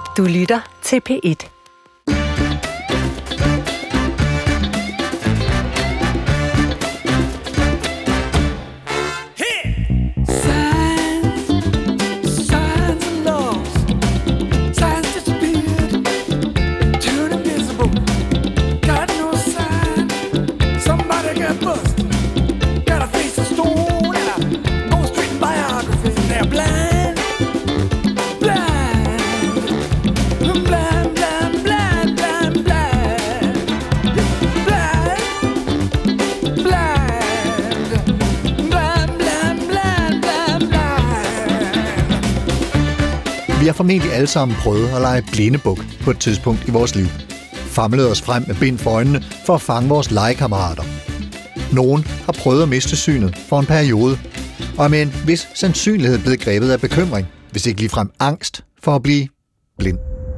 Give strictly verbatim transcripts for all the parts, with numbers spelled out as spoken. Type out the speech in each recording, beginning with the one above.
Du lytter til P et. Vi har formentlig alle sammen prøvet at lege blindebuk på et tidspunkt i vores liv. Famlet os frem med bind for øjnene for at fange vores legekammerater. Nogen har prøvet at miste synet for en periode, og er med en vis sandsynlighed blevet grebet af bekymring, hvis ikke ligefrem angst for at blive blind.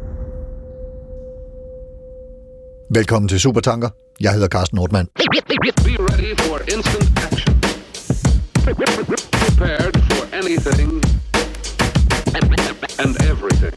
Velkommen til Supertanker. Jeg hedder Carsten Nordmann. Be ready for instant action. Prepared for anything and everything.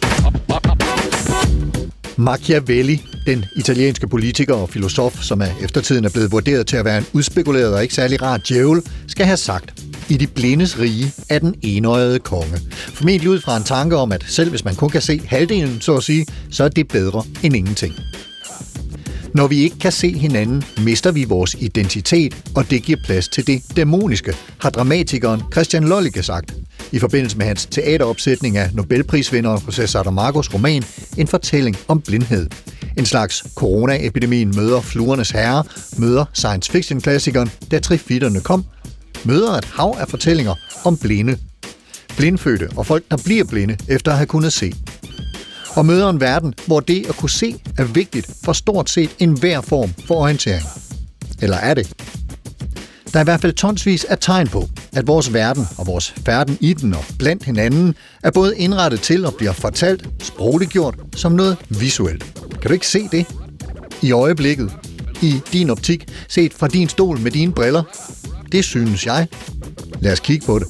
Machiavelli, den italienske politiker og filosof, som er eftertiden er blevet vurderet til at være en udspekuleret og ikke særlig rar djævel, skal have sagt: i de blindes rige er den enøjede konge. Formentlig ud fra en tanke om, at selv hvis man kun kan se halvdelen, så at sige, så er det bedre end ingenting. Når vi ikke kan se hinanden, mister vi vores identitet, og det giver plads til det dæmoniske, har dramatikeren Christian Lollicke sagt, i forbindelse med hans teateropsætning af Nobelprisvinderen José Saramagos roman En fortælling om blindhed. En slags coronaepidemien møder Fluernes Herre, møder science fiction-klassikeren Da Trifitterne kom, møder et hav af fortællinger om blinde. Blindfødte og folk, der bliver blinde efter at have kunnet se. Og møder en verden, hvor det at kunne se er vigtigt for stort set enhver form for orientering. Eller er det? Der er i hvert fald tonsvis af tegn på, at vores verden og vores færden i den og blandt hinanden er både indrettet til og bliver fortalt, sprogligt gjort, som noget visuelt. Kan du ikke se det? I øjeblikket, i din optik, set fra din stol med dine briller? Det synes jeg. Lad os kigge på det.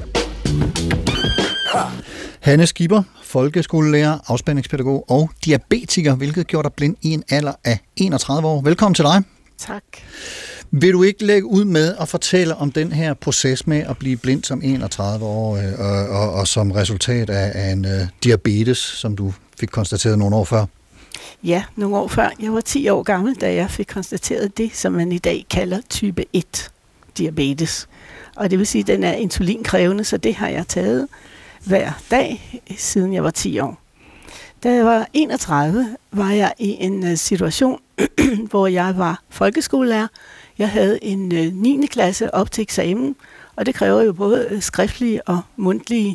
Hanne Skipper, folkeskolelærer, afspændingspædagog og diabetiker, hvilket gjorde dig blind i en alder af enogtredive år. Velkommen til dig. Tak. Vil du ikke lægge ud med at fortælle om den her proces med at blive blind som enogtredive år, øh, og, og, og som resultat af, af en øh, diabetes, som du fik konstateret nogle år før? Ja, nogle år før. Jeg var ti år gammel, da jeg fik konstateret det, som man i dag kalder type et diabetes. Og det vil sige, at den er insulinkrævende, så det har jeg taget hver dag, siden jeg var ti år. Da jeg var enogtredive, var jeg i en situation, hvor jeg var folkeskolelærer. Jeg havde en niende klasse op til eksamen, og det kræver jo både skriftlige og mundtlige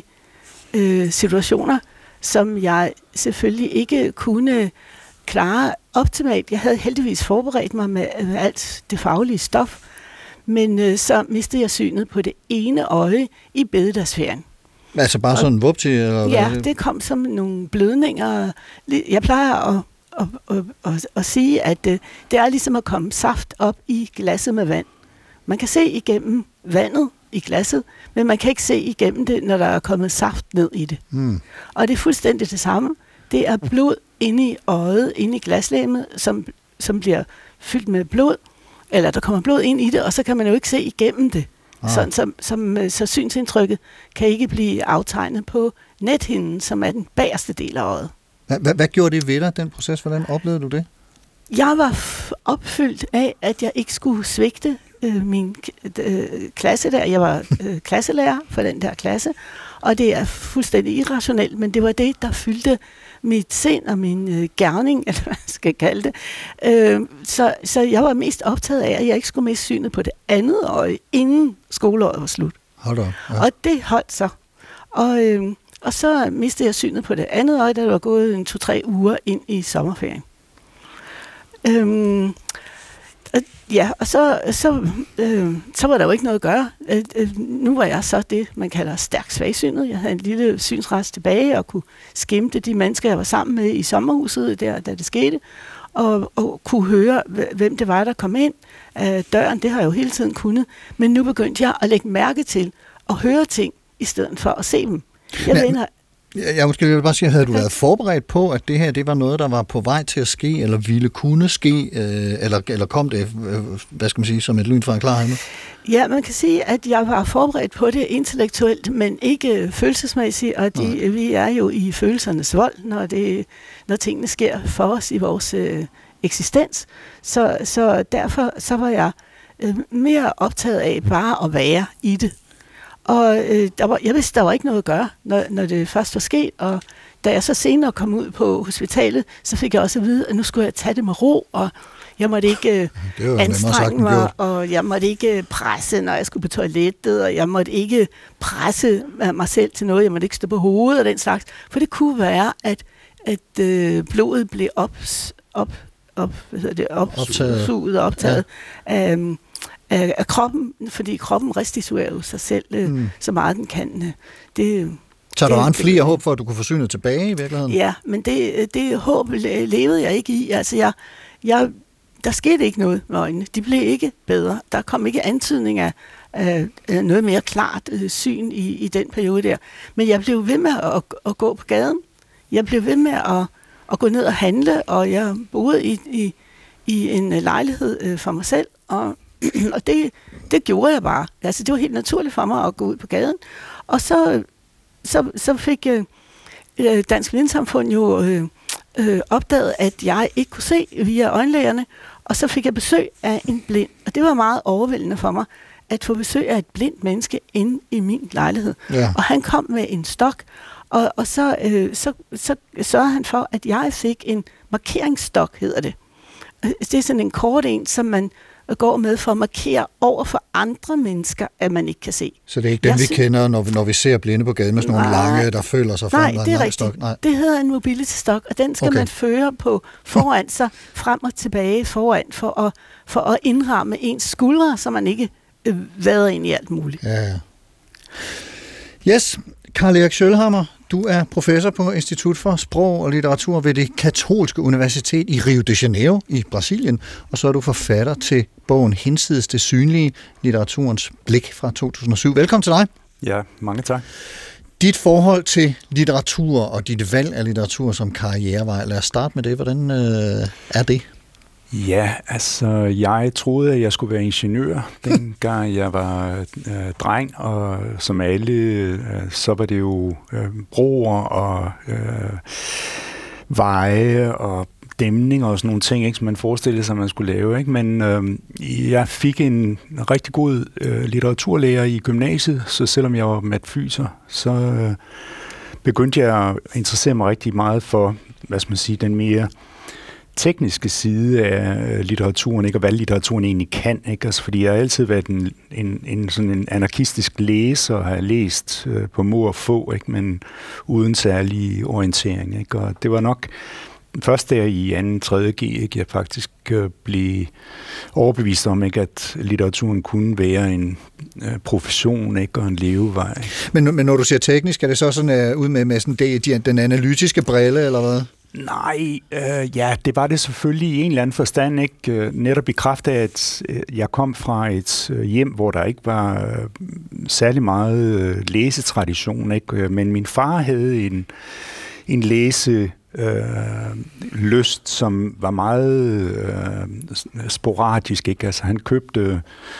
øh, situationer, som jeg selvfølgelig ikke kunne klare optimalt. Jeg havde heldigvis forberedt mig med alt det faglige stof, men øh, så mistede jeg synet på det ene øje i bededagsferien. Altså bare sådan en vupti? Eller ja, hvad? det kom som nogle blødninger. Jeg plejer at, at, at, at, at sige, at det er ligesom at komme saft op i glasset med vand. Man kan se igennem vandet i glasset, men man kan ikke se igennem det, når der er kommet saft ned i det. Mm. Og det er fuldstændig det samme. Det er blod inde i øjet, inde i glaslægemet, som, som bliver fyldt med blod, eller der kommer blod ind i det, og så kan man jo ikke se igennem det. Ah. Sådan, som, som, så synsindtrykket kan ikke blive aftegnet på nethinden, som er den bagerste del af øjet. Hvad, hvad gjorde det ved dig, den proces? Hvordan oplevede du det? Jeg var f- opfyldt af, at jeg ikke skulle svigte øh, min øh, klasse der. Jeg var øh, klasselærer for den der klasse, og det er fuldstændig irrationelt, men det var det, der fyldte mit sind og min øh, gerning, eller hvad jeg skal kalde det. Øh, så, så jeg var mest optaget af, at jeg ikke skulle miste synet på det andet øje, inden skoleåret var slut. Hold da, ja. Og det holdt så. Og, øh, og så mistede jeg synet på det andet øje, da det var gået en to-tre uger ind i sommerferien. Øhm, ja, og så, så, øh, så var der jo ikke noget at gøre. Øh, øh, nu var jeg så det, man kalder stærkt svagsynet. Jeg havde en lille synsrest tilbage og kunne skimte de mennesker, jeg var sammen med i sommerhuset, der, da det skete, og, og kunne høre, hvem det var, der kom ind af døren. Det har jeg jo hele tiden kunnet. Men nu begyndte jeg at lægge mærke til at høre ting, i stedet for at se dem. Jeg men, mener, Jeg, jeg måske vil bare sige, havde du været forberedt på, at det her det var noget, der var på vej til at ske, eller ville kunne ske, øh, eller, eller kom det, øh, hvad skal man sige, som et lyn fra en klar himmel? Ja, man kan sige, at jeg var forberedt på det intellektuelt, men ikke følelsesmæssigt, og de, vi er jo i følelsernes vold, når, det, når tingene sker for os i vores øh, eksistens. Så, så derfor så var jeg øh, mere optaget af bare at være i det. Og øh, der var, jeg vidste, der var ikke noget at gøre, når, når det først var sket, og da jeg så senere kom ud på hospitalet, så fik jeg også at vide, at nu skulle jeg tage det med ro, og jeg måtte ikke øh, anstrenge mig, og jeg måtte ikke presse, når jeg skulle på toilettet, og jeg måtte ikke presse mig selv til noget, jeg måtte ikke stå på hovedet og den slags, for det kunne være, at, at øh, blodet blev op, op, op, hvad hedder det, opsuget og optaget ja. af, af, af kroppen, fordi kroppen restituerer jo sig selv øh, mm. så meget den kan. Det, så der var en fli og håb for, at du kunne få synet tilbage i virkeligheden? Ja, men det, det håb levede jeg ikke i. Altså, jeg, jeg, der skete ikke noget med øjnene. De blev ikke bedre. Der kom ikke antydning af, af noget mere klart øh, syn i, i den periode der. Men jeg blev ved med at, at gå på gaden. Jeg blev ved med at, at gå ned og handle, og jeg boede i, i, i en lejlighed øh, for mig selv, og, og det, det gjorde jeg bare. Altså, det var helt naturligt for mig at gå ud på gaden. Og så Så, så fik øh, Dansk Blindesamfund jo øh, øh, opdaget, at jeg ikke kunne se via øjenlægerne, og så fik jeg besøg af en blind. Og det var meget overvældende for mig, at få besøg af et blindt menneske inde i min lejlighed. Ja. Og han kom med en stok, og, og så, øh, så, så sørgede han for, at jeg fik en markeringsstok, hedder det. Det er sådan en kort en, som man går med for at markere over for andre mennesker, at man ikke kan se. Så det er ikke den, jeg vi sy- kender, når vi, når vi ser blinde på gaden med sådan nogle nej, lange, der føler sig frem? Nej, det er rigtigt. Stok. Nej, det hedder en mobility-stok, og den skal okay. man føre på foran sig, frem og tilbage foran, for at, for at indramme ens skuldre, så man ikke øh, vader ind i alt muligt. Ja, ja. Yes, Karl Erik Schølhammer, du er professor på Institut for Sprog og Litteratur ved det katolske universitet i Rio de Janeiro i Brasilien, og så er du forfatter til bogen Hinsides det synlige, litteraturens blik fra to tusind og syv. Velkommen til dig. Ja, mange tak. Dit forhold til litteratur og dit valg af litteratur som karrierevej, lad os starte med det. Hvordan øh, er det? Ja, altså jeg troede, at jeg skulle være ingeniør, dengang jeg var øh, dreng, og som alle, øh, så var det jo øh, broer og øh, veje og dæmninger og sådan nogle ting, ikke, som man forestillede sig, man skulle lave. Ikke? Men øh, jeg fik en rigtig god øh, litteraturlærer i gymnasiet, så selvom jeg var matfyser, så øh, begyndte jeg at interessere mig rigtig meget for, hvad skal man sige, den mere tekniske side af litteraturen, ikke, og hvad litteraturen egentlig kan, ikke? Altså, fordi jeg har altid været en, en, en sådan en anarkistisk læser, og har læst øh, på må og få, ikke? Men uden særlig orientering, ikke? Og det var nok først der i anden, tredje G, ikke, jeg faktisk øh, blev overbevist om, ikke, at litteraturen kunne være en øh, profession, ikke, og en levevej. Men, men når du siger teknisk, er det så sådan uh, ud med, med sådan det, den analytiske brille, eller hvad? Nej, øh, ja, det var det selvfølgelig i en eller anden forstand, ikke? Netop i kraft af, at jeg kom fra et hjem, hvor der ikke var øh, særlig meget øh, læsetradition, ikke? Men min far havde en, en læse øh, lyst, som var meget øh, sporadisk, ikke? Altså han købte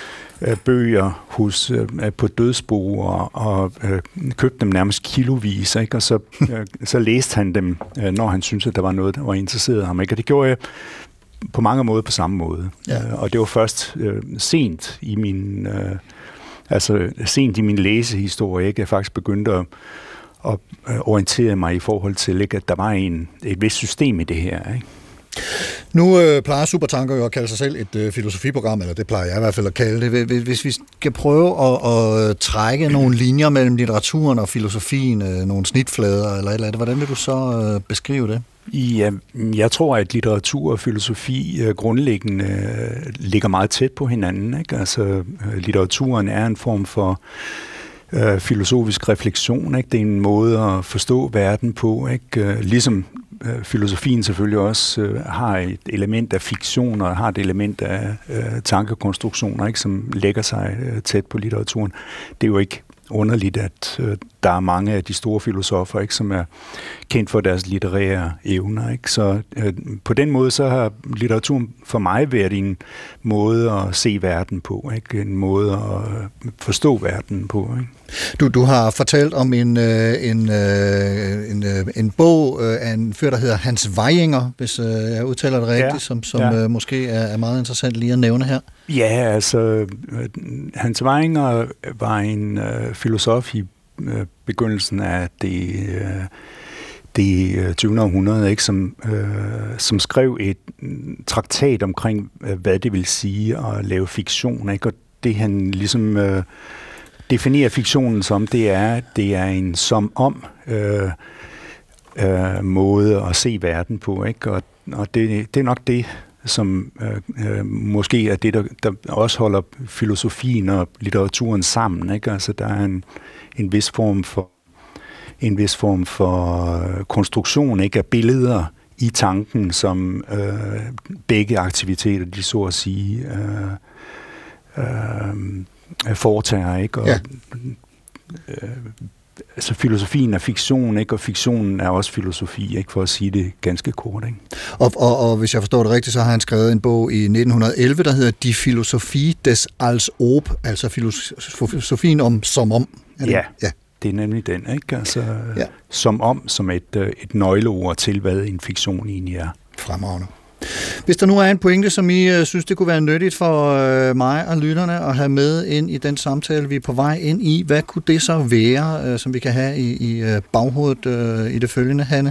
bøger hos, øh, på dødsbo og, og øh, købte dem nærmest kilovis, ikke? Og så, øh, så læste han dem, øh, når han syntes, at der var noget, der var interesseret ham, ikke? Og det gjorde jeg på mange måder på samme måde. Ja. Øh, og det var først øh, sent i min øh, altså sent i min læsehistorie, ikke? Jeg faktisk begyndte at, at orientere mig i forhold til, ikke? At der var en, et vist system i det her, ikke? Nu øh, plejer Supertanker jo at kalde sig selv et øh, filosofiprogram, eller det plejer jeg i hvert fald at kalde det. Hvis vi skal prøve at, at trække nogle linjer mellem litteraturen og filosofien, øh, nogle snitflader eller et eller andet, hvordan vil du så øh, beskrive det? Ja, jeg tror, at litteratur og filosofi øh, grundlæggende øh, ligger meget tæt på hinanden, ikke? Altså, øh, litteraturen er en form for øh, filosofisk refleksion, ikke? Det er en måde at forstå verden på, ikke? Ligesom øh, filosofien selvfølgelig også øh, har et element af fiktion og har et element af øh, tankekonstruktioner, ikke? Som lægger sig øh, tæt på litteraturen. Det er jo ikke underligt, at øh, der er mange af de store filosofer, ikke, som er kendt for deres litterære evner. Ikke? Så øh, på den måde så har litteraturen for mig været en måde at se verden på, ikke? En måde at forstå verden på. Ikke? Du, du har fortalt om en, øh, en, øh, en, øh, en bog øh, af en fyr, der hedder Hans Weijinger, hvis øh, jeg udtaler det rigtigt, ja, som, som ja. øh, måske er, er meget interessant lige at nævne her. Ja, altså Hans Weijinger var en øh, filosof i øh, begyndelsen af det, øh, det tyvende århundrede, ikke, som, øh, som skrev et traktat omkring, øh, hvad det vil sige at lave fiktion, ikke? Og det han ligesom øh, definerer fiktionen som, det er, det er en som om øh, øh, måde at se verden på, ikke? Og, og det, det er nok det, som øh, øh, måske er det, der, der også holder filosofien og litteraturen sammen, ikke? Altså der er en, en vis form for en vis form for konstruktion, ikke, af billeder i tanken, som øh, begge aktiviteter, de så at sige, øh, øh, foretager, ikke? Og, ja. øh, altså filosofien er fiktion, ikke? Og fiktionen er også filosofi, ikke? For at sige det ganske kort, ikke? Og, og, og hvis jeg forstår det rigtigt, så har han skrevet en bog i nitten elleve, der hedder Die Philosophie des als ob, altså filosofien om som om. Er det? Ja. ja. Det er nemlig den, ikke? Altså, ja. Som om, som et, et nøgleord til, hvad en fiktion egentlig er. Fremragende. Hvis der nu er en pointe, som I uh, synes, det kunne være nyttigt for uh, mig og lytterne at have med ind i den samtale, vi er på vej ind i, hvad kunne det så være, uh, som vi kan have i, i uh, baghovedet uh, i det følgende, Hanne?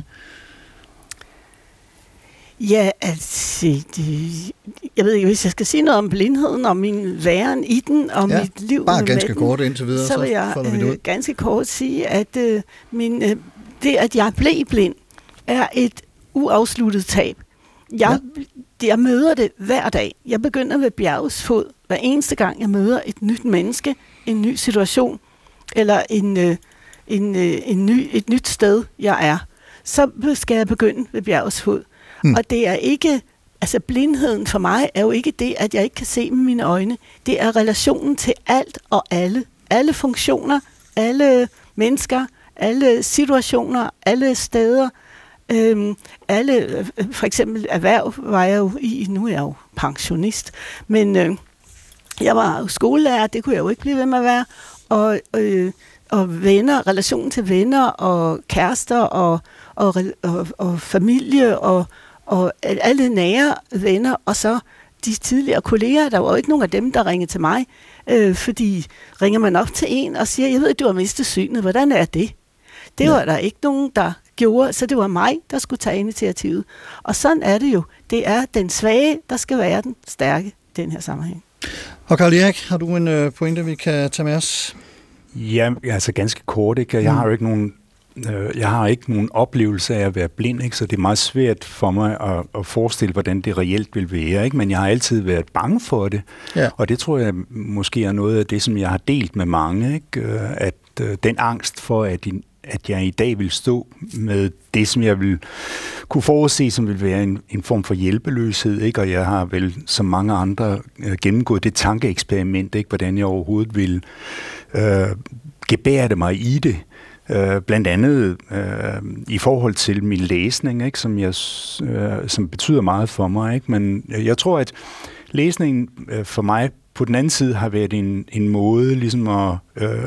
Ja, altså, det, jeg ved ikke, hvis jeg skal sige noget om blindheden, og min væren i den, og ja, mit liv bare med ganske den, kort indtil videre, så vil jeg så vi det øh, ganske kort sige, at øh, min, øh, det, at jeg blev blind, er et uafsluttet tab. Jeg, ja. jeg møder det hver dag. Jeg begynder ved bjergets fod, hver eneste gang jeg møder et nyt menneske, en ny situation, eller en, øh, en, øh, en ny, et nyt sted, jeg er. Så skal jeg begynde ved bjergets fod. Hmm. Og det er ikke, altså blindheden for mig er jo ikke det, at jeg ikke kan se med mine øjne. Det er relationen til alt og alle. Alle funktioner, alle mennesker, alle situationer, alle steder. Øhm, alle, for eksempel erhverv var jeg jo i, nu er jeg jo pensionist, men øh, jeg var jo skolelærer, det kunne jeg jo ikke blive ved med at være. Og, øh, og venner, relationen til venner og kærester og, og, og, og familie og og alle nære venner, og så de tidligere kolleger, der var jo ikke nogen af dem, der ringede til mig, øh, fordi ringer man op til en og siger, jeg ved, du har mistet synet, hvordan er det? Det var ja. der ikke nogen, der gjorde, så det var mig, der skulle tage initiativet. Og sådan er det jo. Det er den svage, der skal være den stærke i den her sammenhæng. Og Carl Erik, har du en pointe, vi kan tage med os? Ja, altså ganske kort, ikke? Jeg har jo ikke nogen Jeg har ikke nogen oplevelse af at være blind, ikke? Så det er meget svært for mig at, at forestille, hvordan det reelt vil være, ikke? Men jeg har altid været bange for det, ja. Og det tror jeg måske er noget af det, som jeg har delt med mange, ikke? At uh, den angst for, at, at jeg i dag vil stå med det, som jeg vil kunne forudse, som vil være en, en form for hjælpeløshed, ikke? Og jeg har vel, som mange andre, uh, gennemgået det tankeeksperiment, ikke? Hvordan jeg overhovedet vil uh, gebærde mig i det. Uh, blandt andet uh, i forhold til min læsning, ikke, som, jeg, uh, som betyder meget for mig. Ikke? Men jeg tror, at læsningen uh, for mig på den anden side har været en, en måde ligesom at,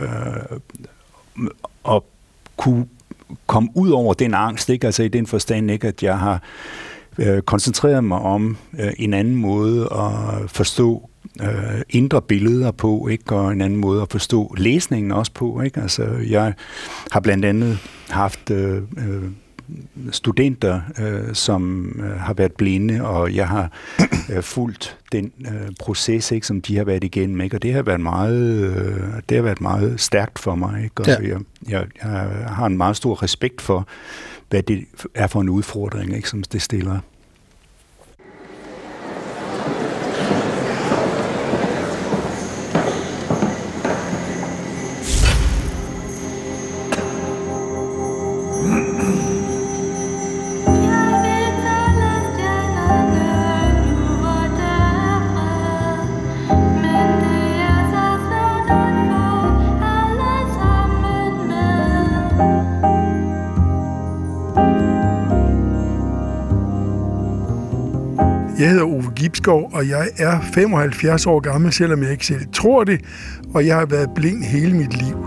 uh, at kunne komme ud over den angst, ikke? Altså i den forstand, ikke, at jeg har uh, koncentreret mig om uh, en anden måde at forstå Øh, indre billeder på, ikke, og en anden måde at forstå læsningen også på, ikke? Altså, jeg har blandt andet haft øh, studenter, øh, som øh, har været blinde, og jeg har øh, fulgt den øh, proces, ikke, som de har været igennem, ikke? Og det har været meget, øh, det har været meget stærkt for mig, ikke? Og ja. jeg, jeg, jeg har en meget stor respekt for, hvad det er for en udfordring, ikke, som det stiller. Men det er så svært at få alle sammen med. Jeg hedder Ove Gibskov, og jeg er femoghalvfjerds år gammel, selvom jeg ikke selv tror det, og jeg har været blind hele mit liv.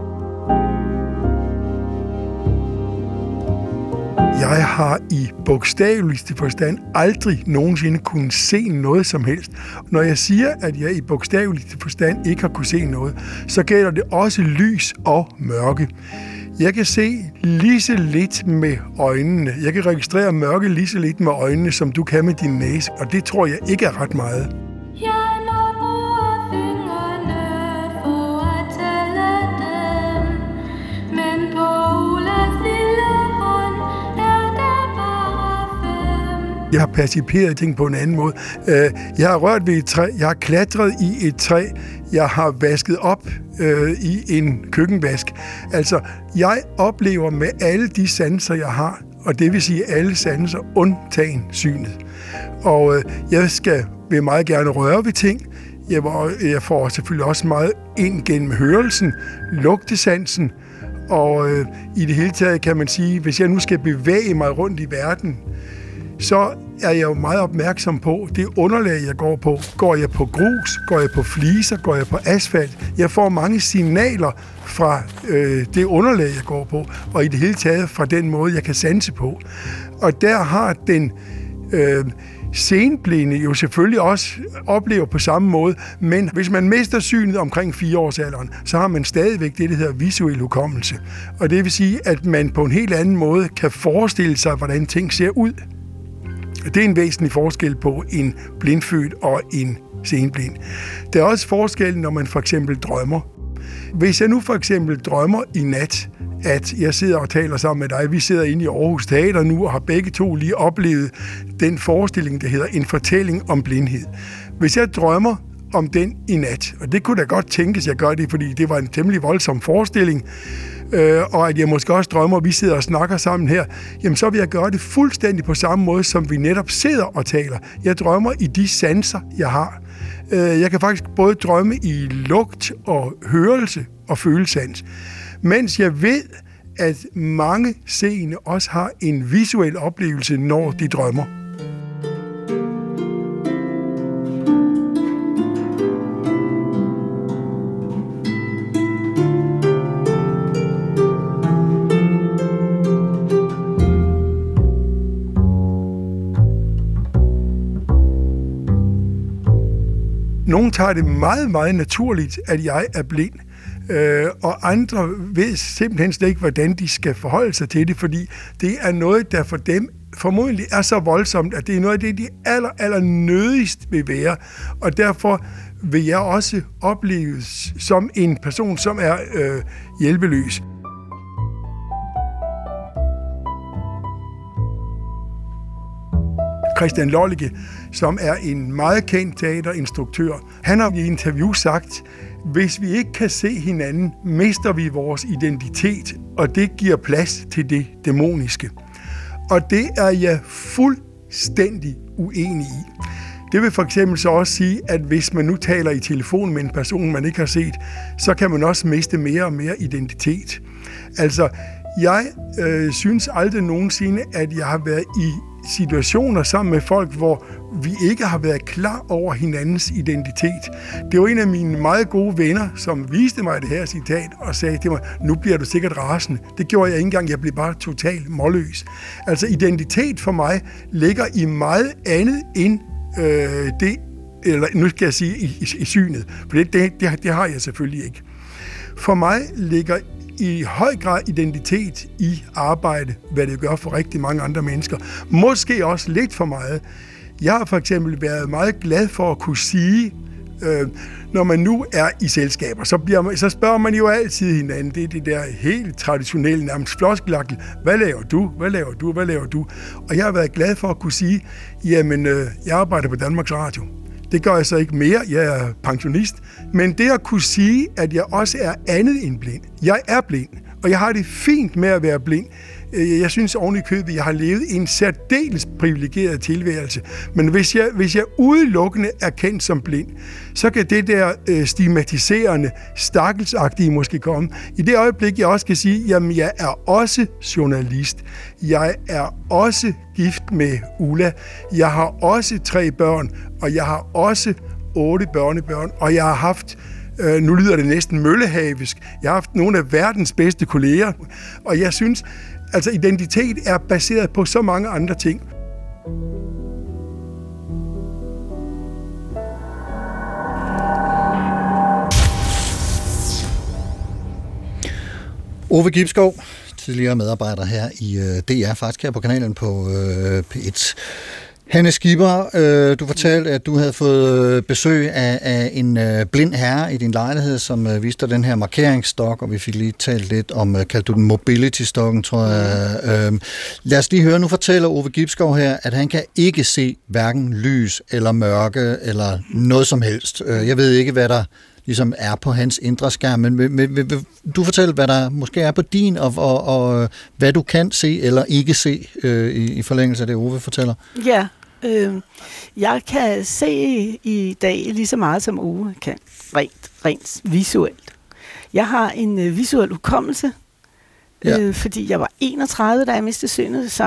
Jeg har i bogstaveligste forstand aldrig nogensinde kunnet se noget som helst. Når jeg siger, at jeg i bogstaveligste forstand ikke har kunnet se noget, så gælder det også lys og mørke. Jeg kan se lige så lidt med øjnene. Jeg kan registrere mørke lige så lidt med øjnene, som du kan med din næse, og det tror jeg ikke er ret meget. Jeg har perciperet ting på en anden måde. Jeg har rørt ved et træ, jeg har klatret i et træ, jeg har vasket op øh, i en køkkenvask. Altså, jeg oplever med alle de sanser, jeg har, og det vil sige alle sanser, undtagen synet. Og øh, jeg skal vil meget gerne røre ved ting. Jeg, var, jeg får selvfølgelig også meget ind gennem hørelsen, lugtesansen, og øh, i det hele taget kan man sige, hvis jeg nu skal bevæge mig rundt i verden, så er jeg jo meget opmærksom på det underlag, jeg går på. Går jeg på grus? Går jeg på fliser? Går jeg på asfalt? Jeg får mange signaler fra øh, det underlag, jeg går på, og i det hele taget fra den måde, jeg kan sanse på. Og der har den øh, senblinde jo selvfølgelig også oplever på samme måde, men hvis man mister synet omkring fireårsalderen, så har man stadigvæk det, der hedder visuel hukommelse. Og det vil sige, at man på en helt anden måde kan forestille sig, hvordan ting ser ud. Det er en væsentlig forskel på en blindfødt og en senblind. Der er også forskel, når man for eksempel drømmer. Hvis jeg nu for eksempel drømmer i nat, at jeg sidder og taler sammen med dig, vi sidder inde i Aarhus Teater nu og har begge to lige oplevet den forestilling, der hedder En fortælling om blindhed. Hvis jeg drømmer om den i nat, og det kunne da godt tænkes, jeg gør det, fordi det var en temmelig voldsom forestilling, øh, og at jeg måske også drømmer, at vi sidder og snakker sammen her, jamen så vil jeg gøre det fuldstændig på samme måde, som vi netop sidder og taler. Jeg drømmer i de sanser, jeg har. Øh, jeg kan faktisk både drømme i lugt og hørelse og følesans, mens jeg ved, at mange seende også har en visuel oplevelse, når de drømmer. Nogle tager det meget, meget naturligt, at jeg er blind, øh, og andre ved simpelthen slet ikke, hvordan de skal forholde sig til det, fordi det er noget, der for dem formodentlig er så voldsomt, at det er noget af det, de aller, aller nødigst vil være, og derfor vil jeg også opleves som en person, som er øh, hjælpeløs. Christian Lollike, som er en meget kendt teaterinstruktør, han har i et interview sagt, hvis vi ikke kan se hinanden, mister vi vores identitet, og det giver plads til det dæmoniske. Og det er jeg fuldstændig uenig i. Det vil for eksempel så også sige, at hvis man nu taler i telefon med en person, man ikke har set, så kan man også miste mere og mere identitet. Altså, jeg øh, synes aldrig nogensinde, at jeg har været i situationer sammen med folk, hvor vi ikke har været klar over hinandens identitet. Det var en af mine meget gode venner, som viste mig det her citat og sagde til mig, nu bliver du sikkert rasende. Det gjorde jeg ikke engang, jeg blev bare totalt målløs. Altså identitet for mig ligger i meget andet end øh, det, eller nu skal jeg sige i, i, i synet, for det, det, det, det har jeg selvfølgelig ikke. For mig ligger i høj grad identitet i arbejde, hvad det gør for rigtig mange andre mennesker. Måske også lidt for meget. Jeg har for eksempel været meget glad for at kunne sige, øh, når man nu er i selskaber, så, bliver man, så spørger man jo altid hinanden. Det er det der helt traditionelle, nærmest floskelagtigt. Hvad laver du? Hvad laver du? Hvad laver du? Og jeg har været glad for at kunne sige, jamen, øh, jeg arbejder på Danmarks Radio. Det gør jeg så ikke mere, jeg er pensionist, men det at kunne sige, at jeg også er andet end blind. Jeg er blind, og jeg har det fint med at være blind. Jeg synes oven i købet, jeg har levet en særdeles privilegeret tilværelse. Men hvis jeg, hvis jeg udelukkende er kendt som blind, så kan det der øh, stigmatiserende, stakkelsagtige måske komme. I det øjeblik, jeg også kan sige, jamen jeg er også journalist. Jeg er også gift med Ulla. Jeg har også tre børn, og jeg har også otte børnebørn, og jeg har haft, øh, nu lyder det næsten møllehavisk, jeg har haft nogle af verdens bedste kolleger, og jeg synes, altså identitet er baseret på så mange andre ting. Ove Gibskov, tidligere medarbejder her i øh, D R, faktisk her på kanalen på øh, P et. Hanne Skipper, øh, du fortalte, at du havde fået besøg af, af en øh, blind herre i din lejlighed, som øh, viste dig den her markeringsstok, og vi fik lige talt lidt om, øh, kaldte du den mobility-stokken, tror jeg. Øh, lad os lige høre, nu fortæller Ove Gibskov her, at han kan ikke se hverken lys eller mørke eller noget som helst. Øh, jeg ved ikke, hvad der ligesom er på hans indre skærm, men vil, vil, vil, vil du fortælle, hvad der måske er på din, og, og, og hvad du kan se eller ikke se øh, i, i forlængelse af det, Ove fortæller? Ja, øh, jeg kan se i dag lige så meget, som Ove kan, rent, rent visuelt. Jeg har en øh, visuel hukommelse, øh, ja. fordi jeg var enogtredive, da jeg mistede synet, så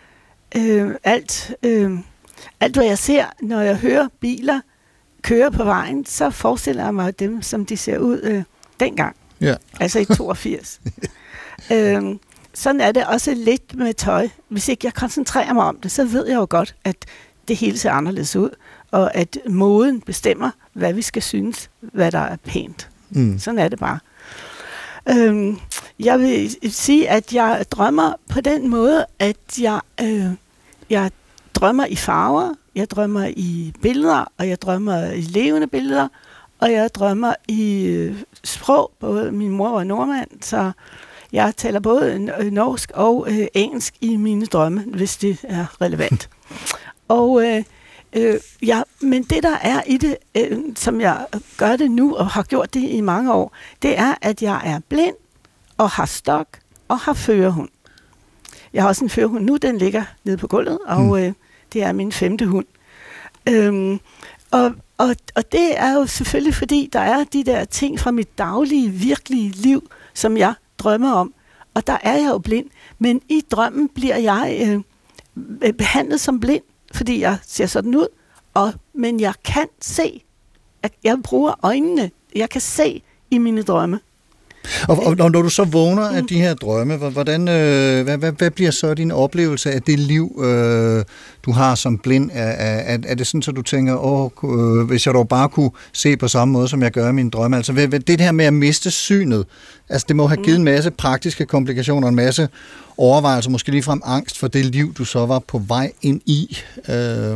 øh, alt, øh, alt, hvad jeg ser, når jeg hører biler kører på vejen, så forestiller jeg mig dem, som de ser ud øh, dengang. Ja. Altså i toogfirs. øhm, sådan er det også lidt med tøj. Hvis ikke jeg koncentrerer mig om det, så ved jeg jo godt, at det hele ser anderledes ud, og at moden bestemmer, hvad vi skal synes, hvad der er pænt. Mm. Sådan er det bare. Øhm, jeg vil sige, at jeg drømmer på den måde, at jeg, øh, jeg drømmer i farver, jeg drømmer i billeder, og jeg drømmer i levende billeder, og jeg drømmer i øh, sprog. Både min mor var nordmand, så jeg taler både norsk og øh, engelsk i mine drømme, hvis det er relevant. og øh, øh, ja, men det der er i det, øh, som jeg gør det nu og har gjort det i mange år, det er, at jeg er blind og har stok og har førerhund. Jeg har også en førerhund nu, den ligger nede på gulvet, og øh, det er min femte hund. Øhm, og, og, og det er jo selvfølgelig, fordi der er de der ting fra mit daglige, virkelige liv, som jeg drømmer om. Og der er jeg jo blind. Men i drømmen bliver jeg øh, behandlet som blind, fordi jeg ser sådan ud. Og, men jeg kan se. Jeg, jeg bruger øjnene. Jeg kan se i mine drømme. Og, og når du så vågner af de her drømme, hvordan, øh, hvad, hvad, hvad bliver så din oplevelse af det liv, øh, du har som blind? Er, er, er det sådan, så du tænker, åh, øh, hvis jeg dog bare kunne se på samme måde, som jeg gør i mine drømme? Altså hvad, det her med at miste synet, altså det må have givet en masse praktiske komplikationer, en masse overvejelser, måske ligefrem angst for det liv, du så var på vej ind i. Øh,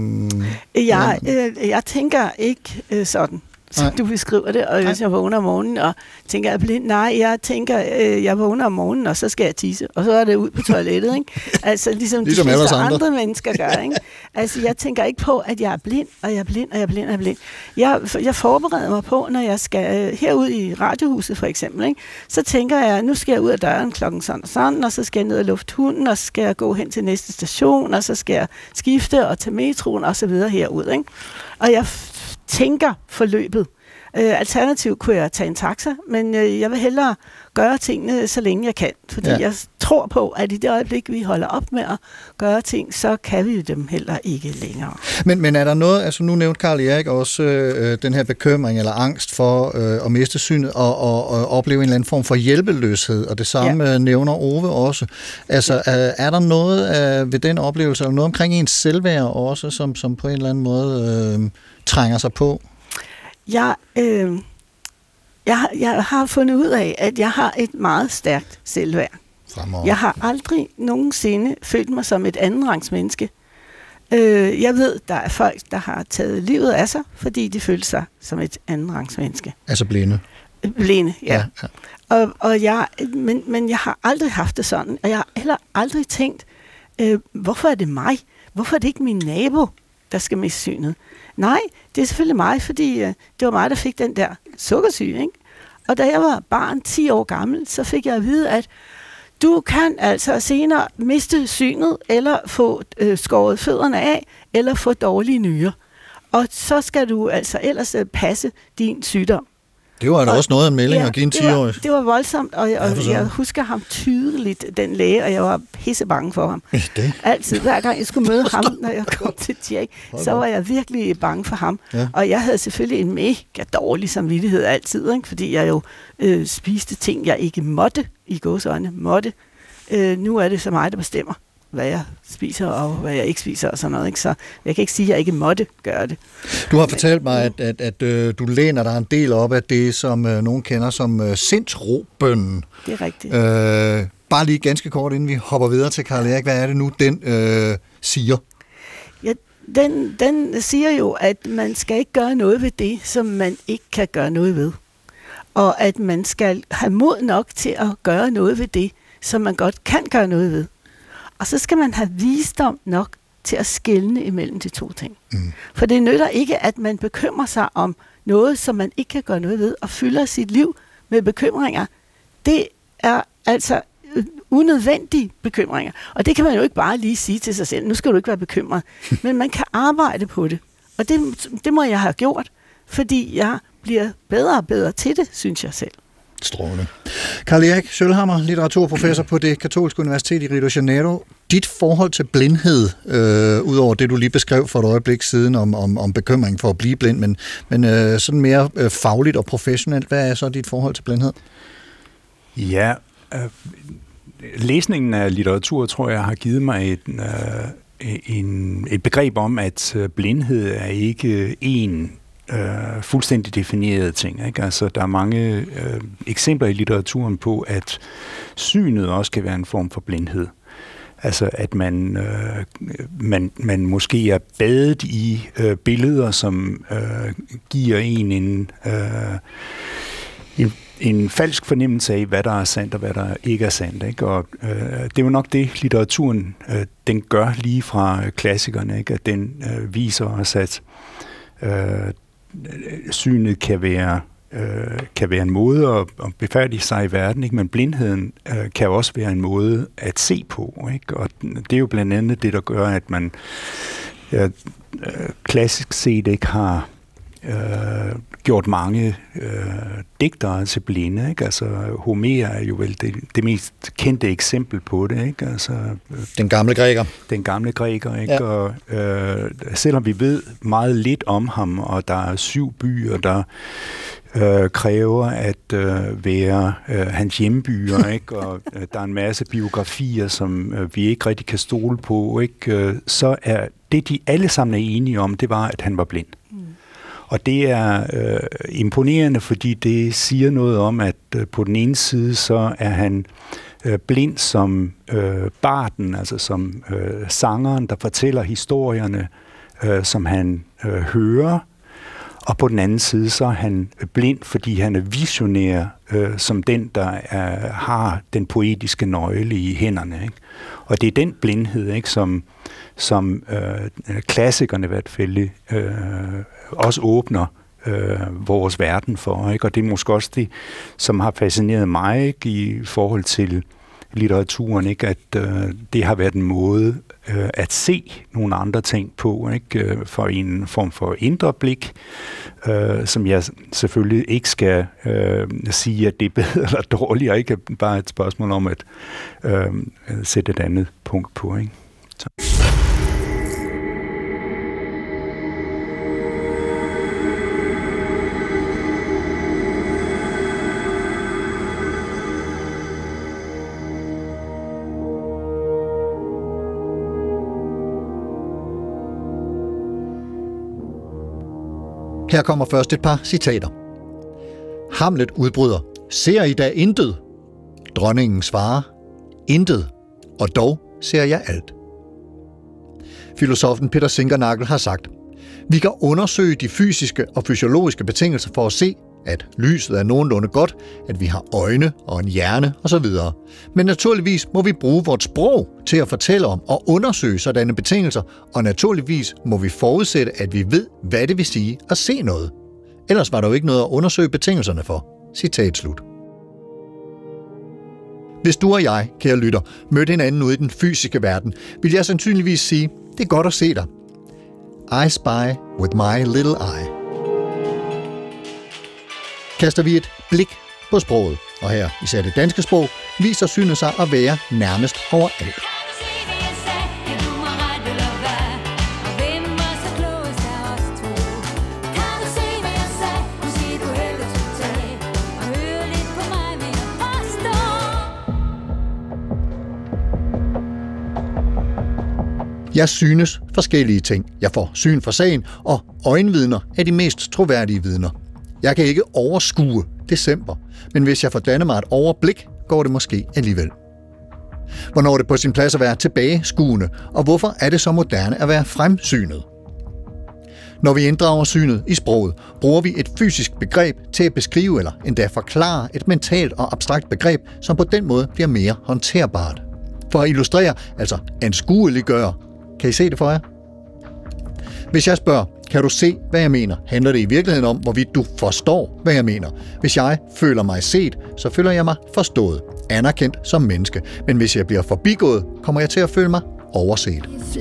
jeg, øh, jeg tænker ikke øh, sådan. Så nej. Du beskriver det, og hvis jeg vågner om morgenen og tænker, jeg er blind, nej, jeg tænker, øh, jeg vågner om morgenen, og så skal jeg tisse, og så er det ud på toilettet, ikke? Altså, ligesom, ligesom de fleste andre. andre mennesker gør, ikke? Altså, jeg tænker ikke på, at jeg er blind, og jeg er blind, og jeg er blind, og jeg er blind. Jeg, jeg forbereder mig på, når jeg skal øh, herud i radiohuset, for eksempel, ikke? Så tænker jeg, nu skal jeg ud af døren klokken sådan og sådan, og så skal jeg ned og lufte hunden, og så skal jeg gå hen til næste station, og så skal jeg skifte og tage metroen, og så videre herud, ikke? Og jeg tænker forløbet. Øh, alternativt kunne jeg tage en taxa, men øh, jeg vil hellere gøre tingene, så længe jeg kan. Fordi ja. jeg tror på, at i det øjeblik, vi holder op med at gøre ting, så kan vi dem heller ikke længere. Men, men er der noget, altså nu nævnte Karl Erik også øh, den her bekymring eller angst for øh, at miste synet og, og, og opleve en eller anden form for hjælpeløshed, og det samme ja. nævner Ove også. Altså ja. øh, er der noget øh, ved den oplevelse, eller noget omkring ens selvværd også, som, som på en eller anden måde øh, trænger sig på? Jeg, øh, jeg, jeg har fundet ud af, at jeg har et meget stærkt selvværd. Fremover. Jeg har aldrig nogensinde følt mig som et andenrangsmenneske. Øh, jeg ved, der er folk, der har taget livet af sig, fordi de følte sig som et andenrangsmenneske. Altså blinde? Blinde, ja. ja, ja. Og, og jeg, men, men jeg har aldrig haft det sådan, og jeg har heller aldrig tænkt, øh, hvorfor er det mig? Hvorfor er det ikke min nabo, der skal miste synet? Nej, det er selvfølgelig mig, fordi øh, det var mig, der fik den der sukkersyge, ikke? Og da jeg var barn, ti år gammel, så fik jeg at vide, at Du kan altså senere miste synet, eller få øh, skåret fødderne af, eller få dårlige nyrer. Og så skal du altså ellers øh, passe din sygdom. Det var da også noget af en melding ja, at give en det var, ti-årig. det var voldsomt, og, jeg, og Ja, jeg husker ham tydeligt, den læge, og jeg var pisse bange for ham. Det. Altid, hver gang jeg skulle møde ham, når jeg kom til Tjek, så var jeg virkelig bange for ham. Ja. Og jeg havde selvfølgelig en mega dårlig samvittighed altid, ikke? Fordi jeg jo øh, spiste ting, jeg ikke måtte, i gåseøjne måtte. Øh, nu er det så mig, der bestemmer, hvad jeg spiser og hvad jeg ikke spiser og sådan noget. Ikke? Så jeg kan ikke sige, at jeg ikke måtte gøre det. Du har fortalt mig, at, at, at, at du læner dig en del op af det, som uh, nogen kender som uh, sindsrobønnen. Det er rigtigt. Uh, bare lige ganske kort, inden vi hopper videre til Karl Erik. Hvad er det nu, den uh, siger? Ja, den, den siger jo, at man skal ikke gøre noget ved det, som man ikke kan gøre noget ved. Og at man skal have mod nok til at gøre noget ved det, som man godt kan gøre noget ved. Og så skal man have visdom nok til at skelne imellem de to ting. Mm. For det nytter ikke, at man bekymrer sig om noget, som man ikke kan gøre noget ved, og fylder sit liv med bekymringer. Det er altså unødvendige bekymringer. Og det kan man jo ikke bare lige sige til sig selv, nu skal du ikke være bekymret. Men man kan arbejde på det. Og det, det må jeg have gjort, fordi jeg bliver bedre og bedre til det, synes jeg selv. Strålende. Karl Erik Sølhammer, litteraturprofessor på det katolske universitet i Rio de Janeiro. Dit forhold til blindhed, øh, udover det, du lige beskrev for et øjeblik siden om, om, om bekymring for at blive blind, men, men øh, sådan mere øh, fagligt og professionelt, hvad er så dit forhold til blindhed? Ja, øh, læsningen af litteratur, tror jeg, har givet mig et, øh, en, et begreb om, at blindhed er ikke én Øh, fuldstændig definerede ting. Ikke? Altså, der er mange øh, eksempler i litteraturen på, at synet også kan være en form for blindhed. Altså, at man, øh, man, man måske er badet i øh, billeder, som øh, giver en en, øh, en en falsk fornemmelse af, hvad der er sandt og hvad der ikke er sandt. Ikke? Og øh, det er jo nok det, litteraturen øh, den gør lige fra klassikerne, ikke? At den øh, viser os, at øh, synet kan være, øh, kan være en måde at, at befærdige sig i verden, ikke? Men blindheden øh, kan også være en måde at se på. Ikke? Og det er jo blandt andet det, der gør, at man ja, øh, klassisk set ikke har øh, gjort mange øh, digtere til blinde. Ikke? Altså, Homer er jo vel det, det mest kendte eksempel på det. Ikke? Altså, øh, den gamle græker. Den gamle græker, ikke? Ja. Og øh, selvom vi ved meget lidt om ham, og der er syv byer, der øh, kræver at øh, være øh, hans hjembyer, ikke? Og øh, der er en masse biografier, som øh, vi ikke rigtig kan stole på, ikke? Øh, så er det, de alle sammen er enige om, det var, at han var blind. Mm. Og det er øh, imponerende, fordi det siger noget om, at øh, på den ene side, så er han øh, blind som øh, barden, altså som øh, sangeren, der fortæller historierne, øh, som han øh, hører. Og på den anden side, så er han blind, fordi han er visionær, øh, som den, der er, har den poetiske nøgle i hænderne. Ikke? Og det er den blindhed, ikke, som, som øh, klassikerne i hvert fald øh, også åbner øh, vores verden for. Ikke? Og det er måske også det, som har fascineret mig, ikke, i forhold til litteraturen, ikke? At øh, det har været en måde øh, at se nogle andre ting på, ikke? For en form for indre blik, øh, som jeg selvfølgelig ikke skal øh, sige, at det er bedre eller dårligere, ikke bare et spørgsmål om at øh, sætte et andet punkt på. Ikke? Så. Her kommer først et par citater. Hamlet udbryder: "Ser I da intet?" Dronningen svarer: "Intet, og dog ser jeg alt." Filosofen Peter Sinkernagel har sagt: "Vi kan undersøge de fysiske og fysiologiske betingelser for at se, at lyset er nogenlunde godt, at vi har øjne og en hjerne osv. Men naturligvis må vi bruge vort sprog til at fortælle om og undersøge sådanne betingelser, og naturligvis må vi forudsætte, at vi ved, hvad det vil sige at se noget. Ellers var der jo ikke noget at undersøge betingelserne for." Citat slut. Hvis du og jeg, kære lytter, mødte hinanden ude i den fysiske verden, vil jeg sandsynligvis sige, det er godt at se dig. I spy with my little eye. Kaster vi et blik på sproget, og her især det danske sprog, viser synet sig at være nærmest overalt. Jeg synes forskellige ting. Jeg får syn for sagen, og øjenvidner er de mest troværdige vidner. Jeg kan ikke overskue december, men hvis jeg får dannet mig et overblik, går det måske alligevel. Hvornår er det på sin plads at være tilbageskuende, og hvorfor er det så moderne at være fremsynet? Når vi inddrager synet i sproget, bruger vi et fysisk begreb til at beskrive eller endda forklare et mentalt og abstrakt begreb, som på den måde bliver mere håndterbart. For at illustrere, altså anskueliggøre. Kan I se det for jer? Hvis jeg spørger, kan du se, hvad jeg mener, handler det i virkeligheden om, hvorvidt du forstår, hvad jeg mener. Hvis jeg føler mig set, så føler jeg mig forstået, anerkendt som menneske. Men hvis jeg bliver forbigået, kommer jeg til at føle mig overset.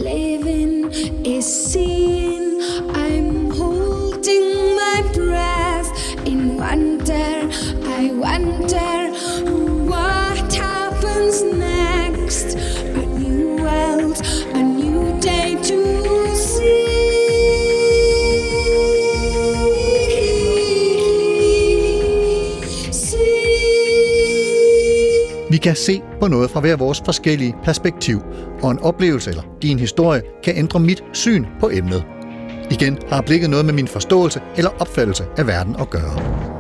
Vi kan se på noget fra hver vores forskellige perspektiv, og en oplevelse eller din historie kan ændre mit syn på emnet. Igen har blikket noget med min forståelse eller opfattelse af verden at gøre.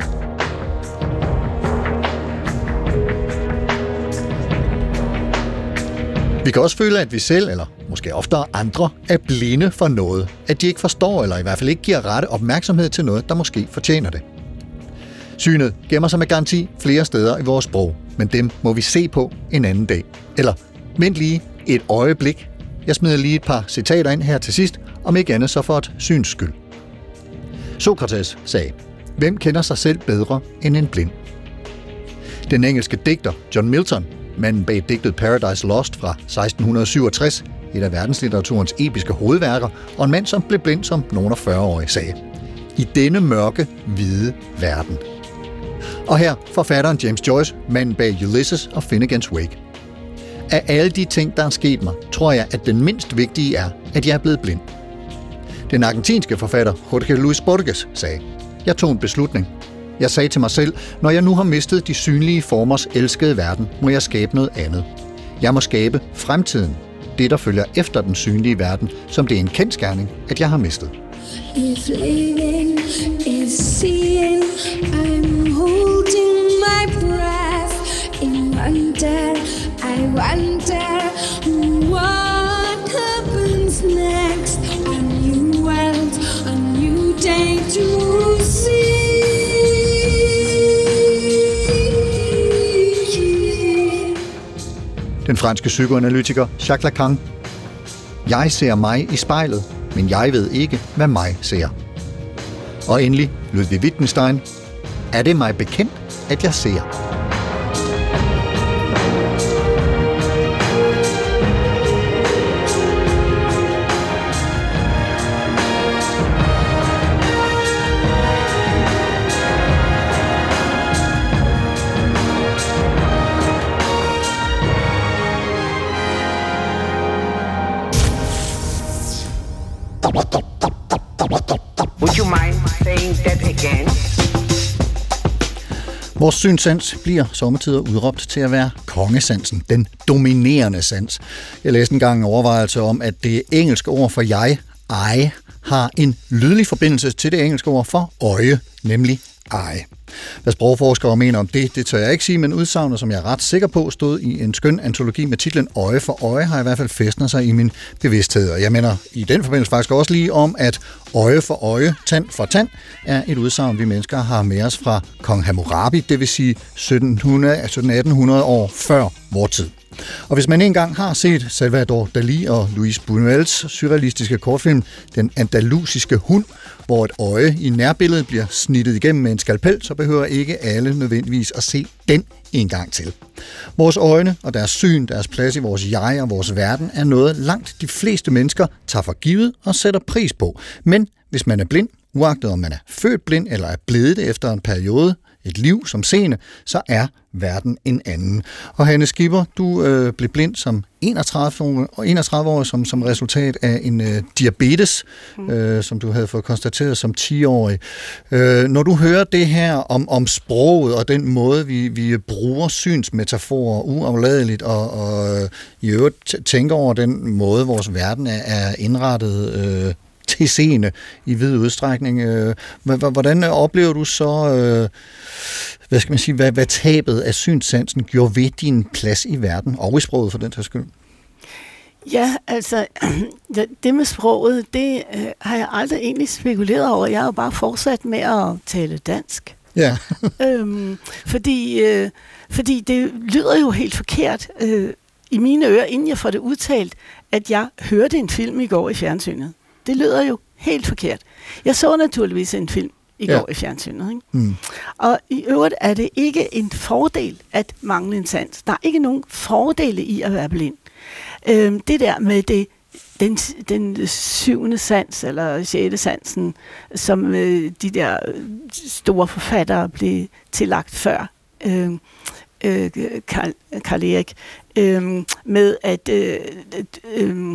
Vi kan også føle, at vi selv, eller måske oftere andre, er blinde for noget. At de ikke forstår, eller i hvert fald ikke giver rette opmærksomhed til noget, der måske fortjener det. Synet gemmer sig med garanti flere steder i vores sprog, men dem må vi se på en anden dag. Eller vent lige et øjeblik. Jeg smider lige et par citater ind her til sidst, om ikke andet så for et syns skyld. Sokrates sagde, hvem kender sig selv bedre end en blind? Den engelske digter John Milton, manden bag digtet Paradise Lost fra seksten syvogtres, et af verdenslitteraturens episke hovedværker, og en mand, som blev blind som nogen af fyrre-årige, sagde, i denne mørke, hvide verden. Og her forfatteren James Joyce, manden bag Ulysses og Finnegans Wake. Af alle de ting, der er sket mig, tror jeg, at den mindst vigtige er, at jeg er blevet blind. Den argentinske forfatter Jorge Luis Borges sagde, jeg tog en beslutning. Jeg sagde til mig selv, når jeg nu har mistet de synlige formers elskede verden, må jeg skabe noget andet. Jeg må skabe fremtiden, det der følger efter den synlige verden, som det er en kendsgerning, at jeg har mistet. If living is seeing, I'm holding my breath in wonder. I wonder what happens next. A new world, a new day to see. Den franske psykoanalytiker Jacques Lacan. Jeg ser mig i spejlet, men jeg ved ikke, hvad mig ser. Og endelig Ludwig Wittgenstein. Er det mig bekendt, at jeg ser? Would you mind saying that again? Vores synssans bliver sommetider udråbt til at være kongesansen, den dominerende sans. Jeg læste engang en overvejelse om, at det engelske ord for jeg, I, har en lydlig forbindelse til det engelske ord for øje, nemlig eye. Hvad sprogforskere mener om det, det tør jeg ikke sige, men udsagnet, som jeg er ret sikker på, stod i en skøn antologi med titlen Øje for øje, har i hvert fald fæstnet sig i min bevidsthed. Og jeg mener i den forbindelse faktisk også lige om, at øje for øje, tand for tand, er et udsagn, vi mennesker har med os fra kong Hammurabi, det vil sige sytten hundrede til atten hundrede år før vor tid. Og hvis man engang har set Salvador Dalí og Luis Buñuels surrealistiske kortfilm Den andalusiske hund, hvor et øje i nærbilledet bliver snittet igennem med en skalpel, så behøver ikke alle nødvendigvis at se den en gang til. Vores øjne og deres syn, deres plads i vores jeg og vores verden, er noget langt de fleste mennesker tager for givet og sætter pris på. Men hvis man er blind, uagtet om man er født blind eller er blevet det efter en periode, et liv som seende, så er verden en anden. Og Hanne Skipper, du øh, blev blind som enogtredive år som, som resultat af en øh, diabetes, mm. øh, som du havde fået konstateret som ti-årig. Øh, når du hører det her om, om sproget og den måde, vi, vi bruger synsmetaforer uafladeligt, og, og øh, i øvrigt tænker over den måde, vores verden er, er indrettet øh, til seende i vid udstrækning. Øh, hvordan oplever du så, øh, hvad skal man sige, hvad, hvad tabet af synssansen gjorde ved din plads i verden, og i sproget for den tages skyld? Ja, altså, det med sproget, det øh, har jeg aldrig egentlig spekuleret over. Jeg har jo bare fortsat med at tale dansk. Ja. øhm, fordi, øh, fordi det lyder jo helt forkert øh, i mine ører, inden jeg får det udtalt, at jeg hørte en film i går i fjernsynet. Det lyder jo helt forkert. Jeg så naturligvis en film i ja. går i fjernsynet. Ikke? Mm. Og i øvrigt er det ikke en fordel at mangle en sans. Der er ikke nogen fordele i at være blind. Øhm, det der med det, den, den syvende sans, eller sjette sansen, som øh, de der store forfattere blev tillagt før, øh, øh, Karl, Karl Erik, øh, med at... Øh, øh,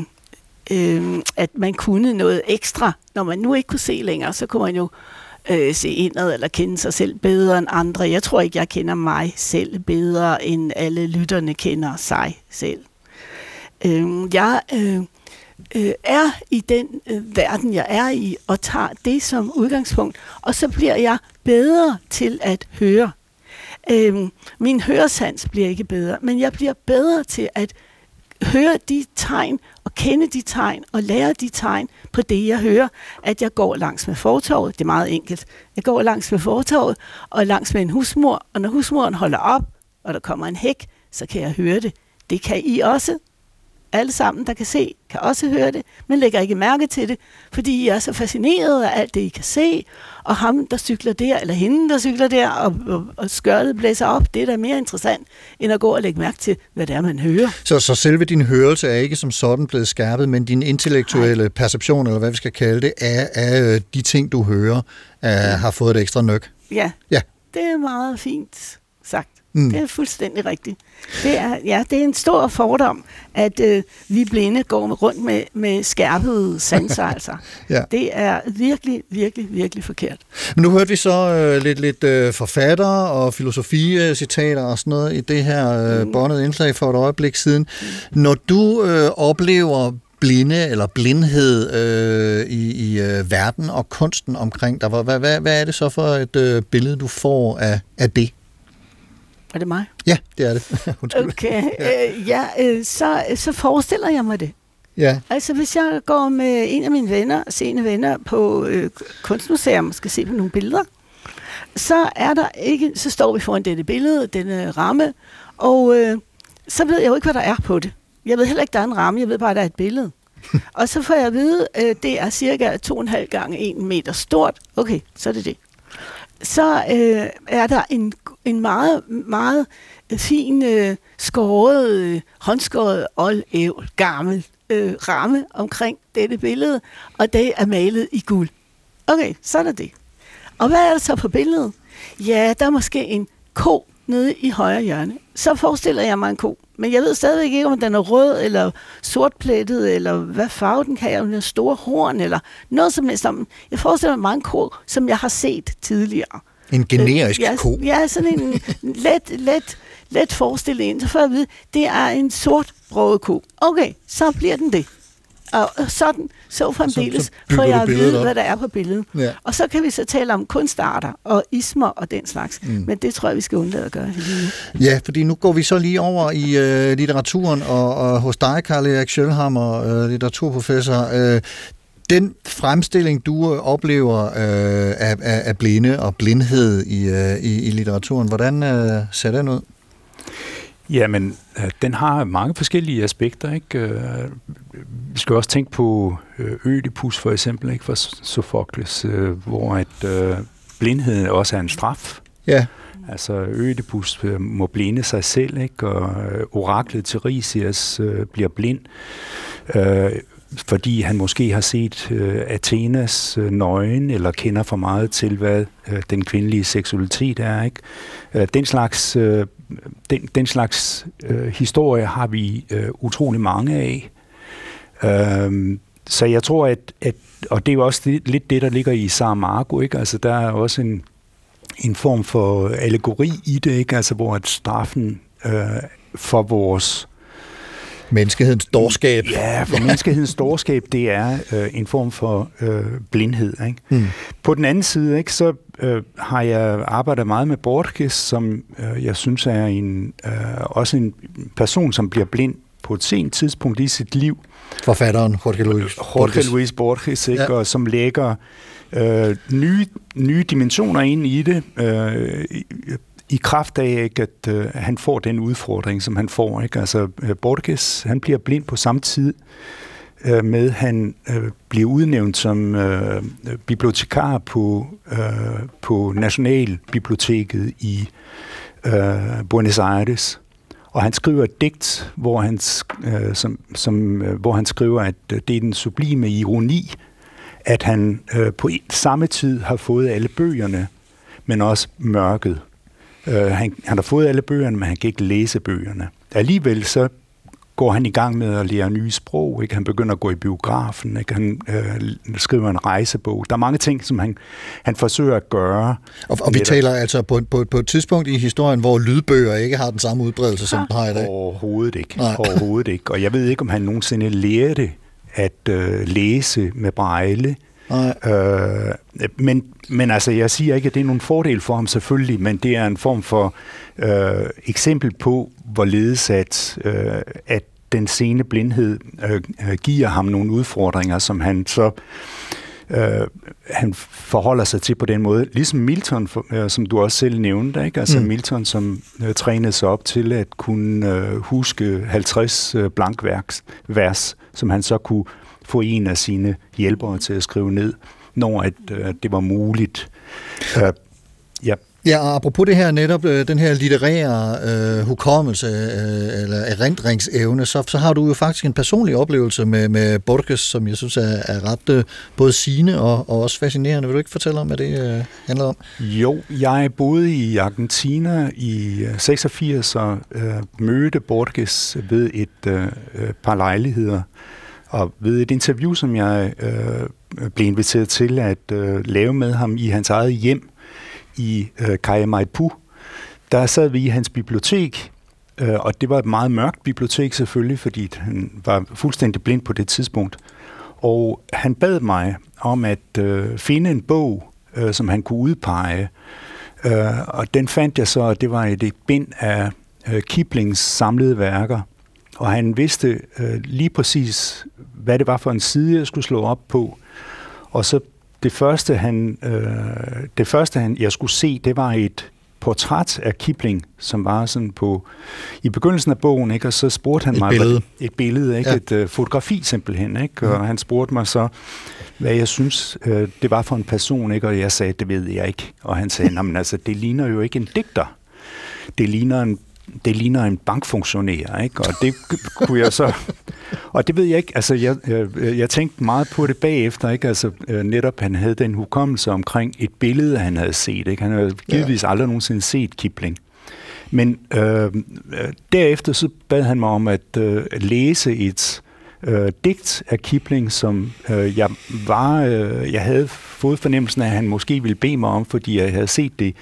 øh, at man kunne noget ekstra. Når man nu ikke kunne se længere, så kunne man jo øh, se indad eller kende sig selv bedre end andre. Jeg tror ikke, jeg kender mig selv bedre, end alle lytterne kender sig selv. Øh, jeg øh, øh, er i den øh, verden, jeg er i, og tager det som udgangspunkt, og så bliver jeg bedre til at høre. Øh, min høresans bliver ikke bedre, men jeg bliver bedre til at høre de tegn, og kende de tegn, og lære de tegn på det, jeg hører, at jeg går langs med fortovet. Det er meget enkelt. Jeg går langs med fortovet, og langs med en husmor, og når husmoren holder op, og der kommer en hæk, så kan jeg høre det. Det kan I også. Alle sammen, der kan se, kan også høre det, men lægger ikke mærke til det, fordi I er så fascineret af alt det, I kan se, og ham, der cykler der, eller hende, der cykler der, og, og, og skørtet blæser op, det er da mere interessant, end at gå og lægge mærke til, hvad det er, man hører. Så, så selve din hørelse er ikke som sådan blevet skærpet, men din intellektuelle Nej. perception, eller hvad vi skal kalde det, af, af de ting, du hører, er, har fået et ekstra nøk? Ja, ja. Det er meget fint sagt. Mm. Det er fuldstændig rigtigt. Det er, ja, det er en stor fordom, at øh, vi blinde går rundt med, med skærpede sanser. Altså. ja. Det er virkelig, virkelig, virkelig forkert. Men nu hørte vi så øh, lidt, lidt øh, forfattere og filosofi-citater og sådan noget i det her øh, mm. båndede indslag for et øjeblik siden. Mm. Når du øh, oplever blinde eller blindhed øh, i, i øh, verden og kunsten omkring dig, hvad, hvad, hvad er det så for et øh, billede, du får af, af det? Er det mig? Ja, det er det. Okay, øh, ja, øh, så, så forestiller jeg mig det. Ja. Altså, hvis jeg går med en af mine venner, sene venner på øh, kunstmuseum og skal se på nogle billeder, så er der ikke, så står vi foran dette billede, denne ramme, og øh, så ved jeg jo ikke, hvad der er på det. Jeg ved heller ikke, der er en ramme, jeg ved bare, der er et billede. Og så får jeg at vide, øh, det er cirka to og en halv gange en meter stort. Okay, så er det det. Så øh, er der en, en meget, meget fin øh, skåret, øh, håndskåret, oldævl, gammel øh, ramme omkring dette billede, og det er malet i guld. Okay, så er det. Og hvad er der så på billedet? Ja, der er måske en ko nede i højre hjørne. Så forestiller jeg mig en ko. Men jeg ved stadigvæk ikke, om den er rød, eller sortplettet, eller hvad farve den kan, eller en stor horn, eller noget som helst om. Jeg forestiller mig en ko, som jeg har set tidligere. En generisk øh, ja, ko? Ja, sådan en let, let, let forestilling. Så får jeg vide, det er en sortbrødet ko. Okay, så bliver den det. Og sådan, så fremdeles får jeg at vide, op. hvad der er på billedet. Ja. Og så kan vi så tale om kunstarter og ismer og den slags. Mm. Men det tror jeg, vi skal undlade at gøre lige nu. Ja, fordi nu går vi så lige over i øh, litteraturen, og, og hos dig, Karl Erik Schjølhammer, øh, litteraturprofessor. Øh, den fremstilling, du oplever øh, af, af, af blinde og blindhed i, øh, i, i litteraturen, hvordan øh, ser den ud? Jamen, den har mange forskellige aspekter, ikke? Vi skal også tænke på Ødipus for eksempel, ikke? For Sophokles, hvor at blindheden også er en straf. Ja. Altså Ødipus må blinde sig selv, ikke? Og oraklet Tiresias bliver blind, fordi han måske har set Athenas nøgen, eller kender for meget til, hvad den kvindelige seksualitet er, ikke? Den slags Den, den slags øh, historie har vi øh, utrolig mange af. Øhm, så jeg tror, at, at og det er jo også det, lidt det, der ligger i Saramago, ikke? Altså, der er også en, en form for allegori i det, ikke? Altså, hvor at straffen øh, for vores menneskehedens dårskab. Ja, for menneskehedens dårskab, det er øh, en form for øh, blindhed, ikke? Mm. På den anden side, ikke, så øh, har jeg arbejdet meget med Borges, som øh, jeg synes er en øh, også en person, som bliver blind på et sent tidspunkt i sit liv. Forfatteren Jorge Luis Borges. Jorge Luis Borges, ikke? Ja. Og som lægger øh, nye, nye dimensioner ind i det, øh, i kraft af, ikke, at øh, han får den udfordring, som han får, ikke? Altså, øh, Borges, han bliver blind på samme tid øh, med, at han øh, bliver udnævnt som øh, bibliotekar på, øh, på Nationalbiblioteket i øh, Buenos Aires. Og han skriver et digt, hvor han, øh, som, som, øh, hvor han skriver, at øh, det er den sublime ironi, at han øh, på samme tid har fået alle bøgerne, men også mørket. Uh, han, han har fået alle bøgerne, men han kan ikke læse bøgerne. Alligevel så går han i gang med at lære nye sprog. Ikke? Han begynder at gå i biografen. Ikke? Han uh, skriver en rejsebog. Der er mange ting, som han, han forsøger at gøre. Og, og vi taler altså på, på, på et tidspunkt i historien, hvor lydbøger ikke har den samme udbredelse, som den har i dag. Overhovedet ikke. Overhovedet ikke. Og jeg ved ikke, om han nogensinde lærte at uh, læse med braille. Øh, men, men altså, jeg siger ikke, at det er nogen fordel for ham selvfølgelig, men det er en form for øh, eksempel på, hvorledes at, øh, at den sene blindhed øh, giver ham nogle udfordringer, som han så øh, han forholder sig til på den måde. Ligesom Milton, øh, som du også selv nævnte, ikke? Altså mm. Milton, som øh, trænede sig op til at kunne øh, huske halvtreds øh, blankvers, vers, som han så kunne få en af sine hjælpere til at skrive ned, når at, øh, det var muligt. Uh, ja. Ja, og apropos det her netop, øh, den her litterære øh, hukommelse øh, eller erindringsevne, så, så har du jo faktisk en personlig oplevelse med, med Borges, som jeg synes er, er ret øh, både sigende og, og også fascinerende. Vil du ikke fortælle om, hvad det øh, handler om? Jo, jeg boede i Argentina i seksogfirs og øh, mødte Borges ved et øh, par lejligheder. Og ved et interview, som jeg øh, blev inviteret til at øh, lave med ham i hans eget hjem i øh, Calle Maipú, der sad vi i hans bibliotek, øh, og det var et meget mørkt bibliotek selvfølgelig, fordi han var fuldstændig blind på det tidspunkt. Og han bad mig om at øh, finde en bog, øh, som han kunne udpege, øh, og den fandt jeg så, og det var et, et bind af øh, Kiplings samlede værker. Og han vidste øh, lige præcis, hvad det var for en side, jeg skulle slå op på. Og så det første, han, øh, det første han, jeg skulle se, det var et portræt af Kipling, som var sådan på i begyndelsen af bogen, ikke? Og så spurgte han et mig billede. Hvad, et billede, ikke? Ja. Et øh, fotografi simpelthen, ikke? Og mm. han spurgte mig så, hvad jeg synes, øh, det var for en person, ikke? Og jeg sagde, det ved jeg ikke. Og han sagde, men altså, det ligner jo ikke en digter. Det ligner en det ligner en bankfunktionær, ikke? Og det kunne jeg så... Og det ved jeg ikke, altså jeg, jeg, jeg tænkte meget på det bagefter, ikke? Altså netop han havde den hukommelse omkring et billede, han havde set, ikke? Han havde givetvis aldrig nogensinde set Kipling. Men øh, derefter så bad han mig om at øh, læse et øh, digt af Kipling, som øh, jeg var, øh, jeg havde fået fornemmelsen af, at han måske ville bede mig om, fordi jeg havde set det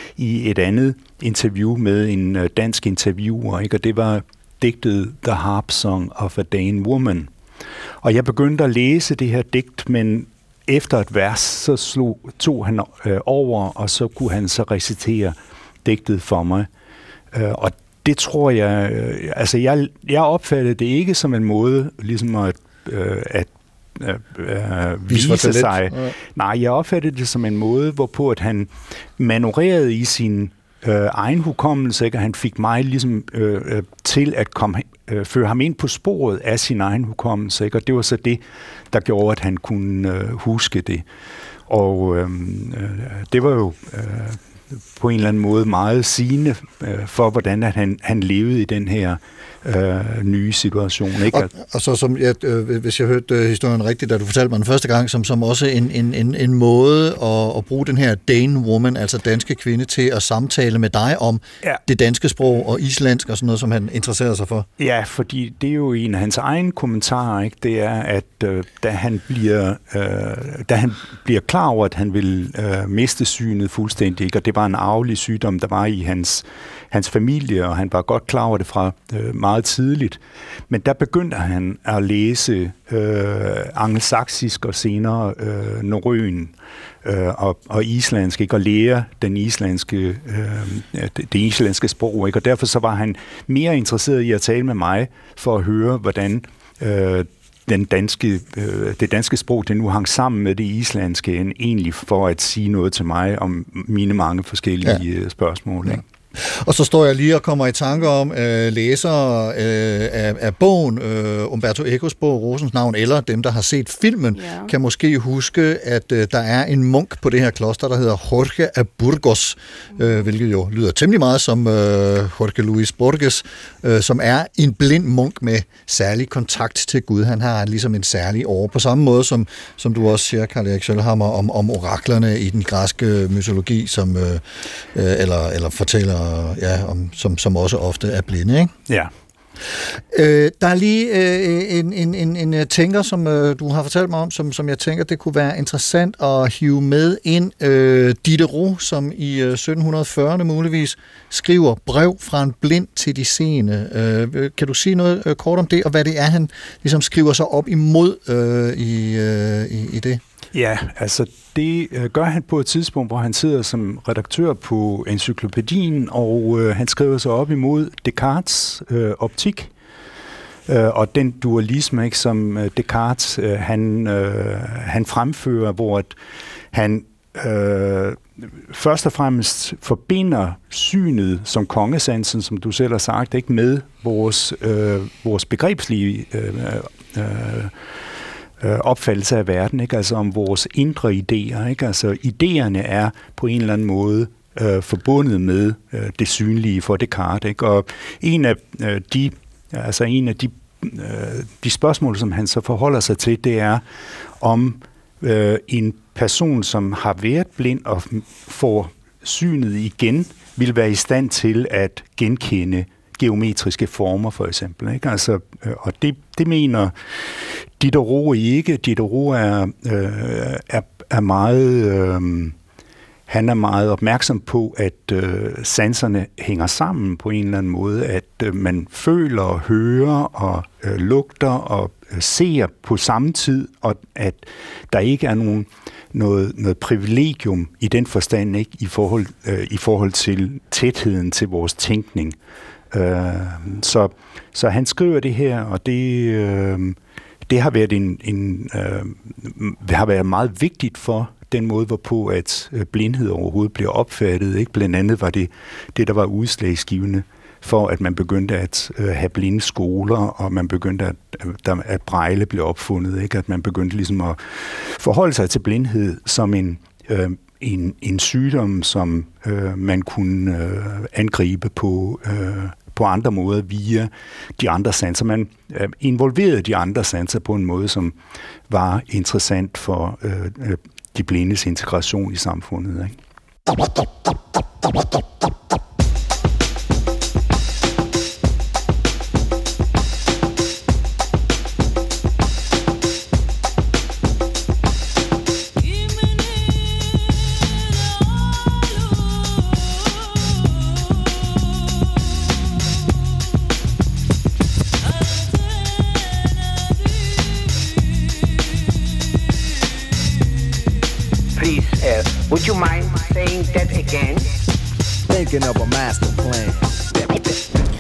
i et andet interview med en øh, dansk interviewer, ikke? Og det var digtet The Harp Song of a Dane Woman. Og jeg begyndte at læse det her digt, men efter et vers, så slog, tog han øh, over, og så kunne han så recitere digtet for mig. Øh, og det tror jeg, øh, altså jeg, jeg opfattede det ikke som en måde, ligesom at, øh, at øh, øh, vise sig. Ja. Nej, jeg opfattede det som en måde, hvorpå at han manøvrerede i sin øh, egen hukommelse, ikke? Og han fik mig ligesom øh, øh, til at komme, øh, føre ham ind på sporet af sin egen hukommelse, ikke? Og det var så det, der gjorde, at han kunne øh, huske det. Og øh, øh, det var jo øh, på en eller anden måde meget sigende øh, for, hvordan at han, han levede i den her øh, nye situation. Ikke? Og, og så, som jeg, øh, hvis jeg hørte øh, historien rigtigt, da du fortalte mig den første gang, som, som også en, en, en, en måde at, at bruge den her Dane woman, altså danske kvinde, til at samtale med dig om ja. det danske sprog og islandsk og sådan noget, som han interesserer sig for. Ja, fordi det er jo en af hans egne kommentarer, ikke? Det er, at øh, da, han bliver, øh, da han bliver klar over, at han vil øh, miste synet fuldstændig, ikke? Og det var en arvelig sygdom, der var i hans, hans familie, og han var godt klar over det fra øh, meget tidligt. Men der begyndte han at læse øh, angelsaksisk og senere øh, norrøn øh, og, og islandsk, ikke? Og lære den islandske, øh, det, det islandske sprog, ikke? Og derfor så var han mere interesseret i at tale med mig for at høre, hvordan øh, den danske, øh, det danske sprog, det nu hang sammen med det islandske, end egentlig for at sige noget til mig om mine mange forskellige ja. spørgsmål. Ikke? Og så står jeg lige og kommer i tanke om øh, læsere øh, af, af bogen, øh, Umberto Ecos bog, Rosens navn, eller dem, der har set filmen, ja. kan måske huske, at øh, der er en munk på det her kloster, der hedder Jorge af Burgos, øh, hvilket jo lyder temmelig meget som øh, Jorge Luis Borges, øh, som er en blind munk med særlig kontakt til Gud. Han har ligesom en særlig år, på samme måde som, som du også siger, Karl Erik Sølhammer, om, om oraklerne i den græske mytologi, som, øh, øh, eller, eller fortæller ja, om, som, som også ofte er blinde, ikke? Ja. Øh, der er lige øh, en, en, en, en tænker, som øh, du har fortalt mig om, som, som jeg tænker, det kunne være interessant at hive med ind. Øh, Diderot, som i øh, sytten fyrrerne muligvis skriver brev fra en blind til de seende. Øh, kan du sige noget øh, kort om det, og hvad det er, han ligesom skriver sig op imod øh, i, øh, i, i det? Ja, altså det øh, gør han på et tidspunkt, hvor han sidder som redaktør på encyklopædien, og øh, han skriver sig op imod Descartes' øh, optik, øh, og den dualisme, ikke, som øh, Descartes øh, han, øh, han fremfører, hvor at han øh, først og fremmest forbinder synet som kongesansen, som du selv har sagt, ikke, med vores, øh, vores begrebslige øh, øh, opfattelse af verden, ikke? Altså om vores indre idéer, ikke? Altså idéerne er på en eller anden måde øh, forbundet med øh, det synlige for Descartes, ikke? Og en af øh, de altså en af de øh, de spørgsmål, som han så forholder sig til, det er om øh, en person, som har været blind og får synet igen, vil være i stand til at genkende geometriske former, for eksempel. Ikke? Altså, og det, det mener Diderot ikke. Diderot er, øh, er, er meget... Øh, han er meget opmærksom på, at øh, sanserne hænger sammen på en eller anden måde, at øh, man føler og hører og øh, lugter og øh, ser på samme tid, og at der ikke er nogen, noget, noget privilegium i den forstand, ikke, i forhold, øh, i forhold til tætheden til vores tænkning. Øh, så, så han skriver det her, og det, øh, det har været en, en øh, det har været meget vigtigt for den måde, hvorpå at blindhed overhovedet bliver opfattet. Ikke? Blandt andet var det det, der var udslagsgivende for, at man begyndte at øh, have blinde skoler, og man begyndte, at, at, at Braille blev opfundet. Ikke? At man begyndte ligesom at forholde sig til blindhed som en, øh, en, en sygdom, som øh, man kunne øh, angribe på, øh, på andre måder via de andre sanser. Man øh, involverede de andre sanser på en måde, som var interessant for øh, øh, de blindes integration i samfundet. Ikke? Would you mind saying that again? Thinking of a master plan.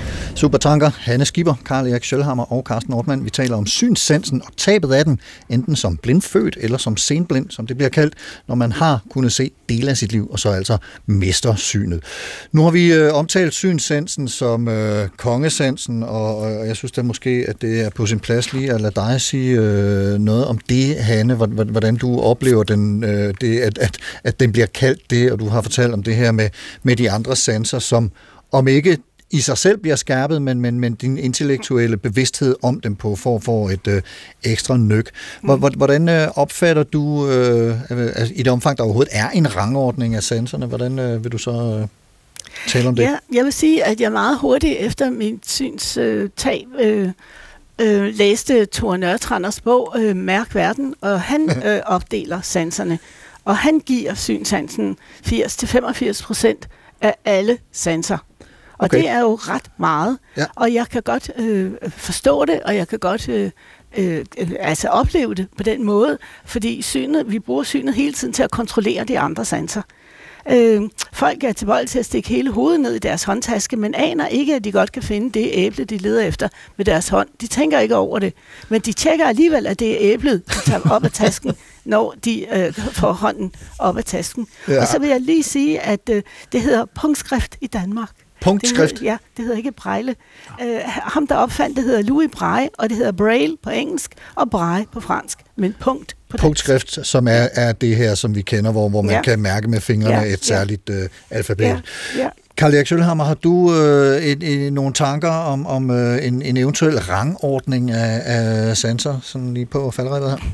Supertanker, Hanne Skipper, Karl Erik Schjølhammer og Carsten Ortmann. Vi taler om synssansen og tabet af den, enten som blindfødt eller som senblind, som det bliver kaldt, når man har kunnet se dele af sit liv, og så altså mister synet. Nu har vi øh, omtalt synssansen som øh, kongesansen, og, og jeg synes da måske, at det er på sin plads lige at lade dig sige øh, noget om det, Hanne, hvordan du oplever den, øh, det, at, at, at den bliver kaldt det, og du har fortalt om det her med, med de andre sanser, som om ikke i sig selv bliver skærpet, men, men, men din intellektuelle bevidsthed om dem på for, for et øh, ekstra nøk. Hvordan øh, opfatter du, øh, altså, i det omfang, der overhovedet er en rangordning af sanserne, hvordan øh, vil du så øh, tale om det? Ja, jeg vil sige, at jeg meget hurtigt efter mit synstab øh, øh, læste Tore Nørretranders bog øh, Mærk Verden, og han øh, opdeler sanserne, og han giver synssansen firs til femogfirs procent af alle sanser. Og okay. Det er jo ret meget, ja. Og jeg kan godt øh, forstå det, og jeg kan godt øh, øh, altså opleve det på den måde, fordi synet, vi bruger synet hele tiden til at kontrollere de andre sanser. Øh, folk er tilbøjelige til at stikke hele hovedet ned i deres håndtaske, men aner ikke, at de godt kan finde det æble, de leder efter med deres hånd. De tænker ikke over det, men de tjekker alligevel, at det er æblet, de tager op af tasken, når de øh, får hånden op af tasken. Ja. Og så vil jeg lige sige, at øh, det hedder punktskrift i Danmark. Punktskrift? Det hedder, ja, det hedder ikke Braille. Uh, ham, der opfandt det, hedder Louis Braille, og det hedder Braille på engelsk, og Braille på fransk, men punkt på dansk. Punktskrift, som er, er det her, som vi kender, hvor, hvor man ja. kan mærke med fingrene ja, et særligt ja. uh, alfabet. Ja, ja. Karl Erik Schjølhammer, har du øh, et, et, nogle tanker om, om øh, en, en eventuel rangordning af, af sanser, sådan lige på faldrebet her?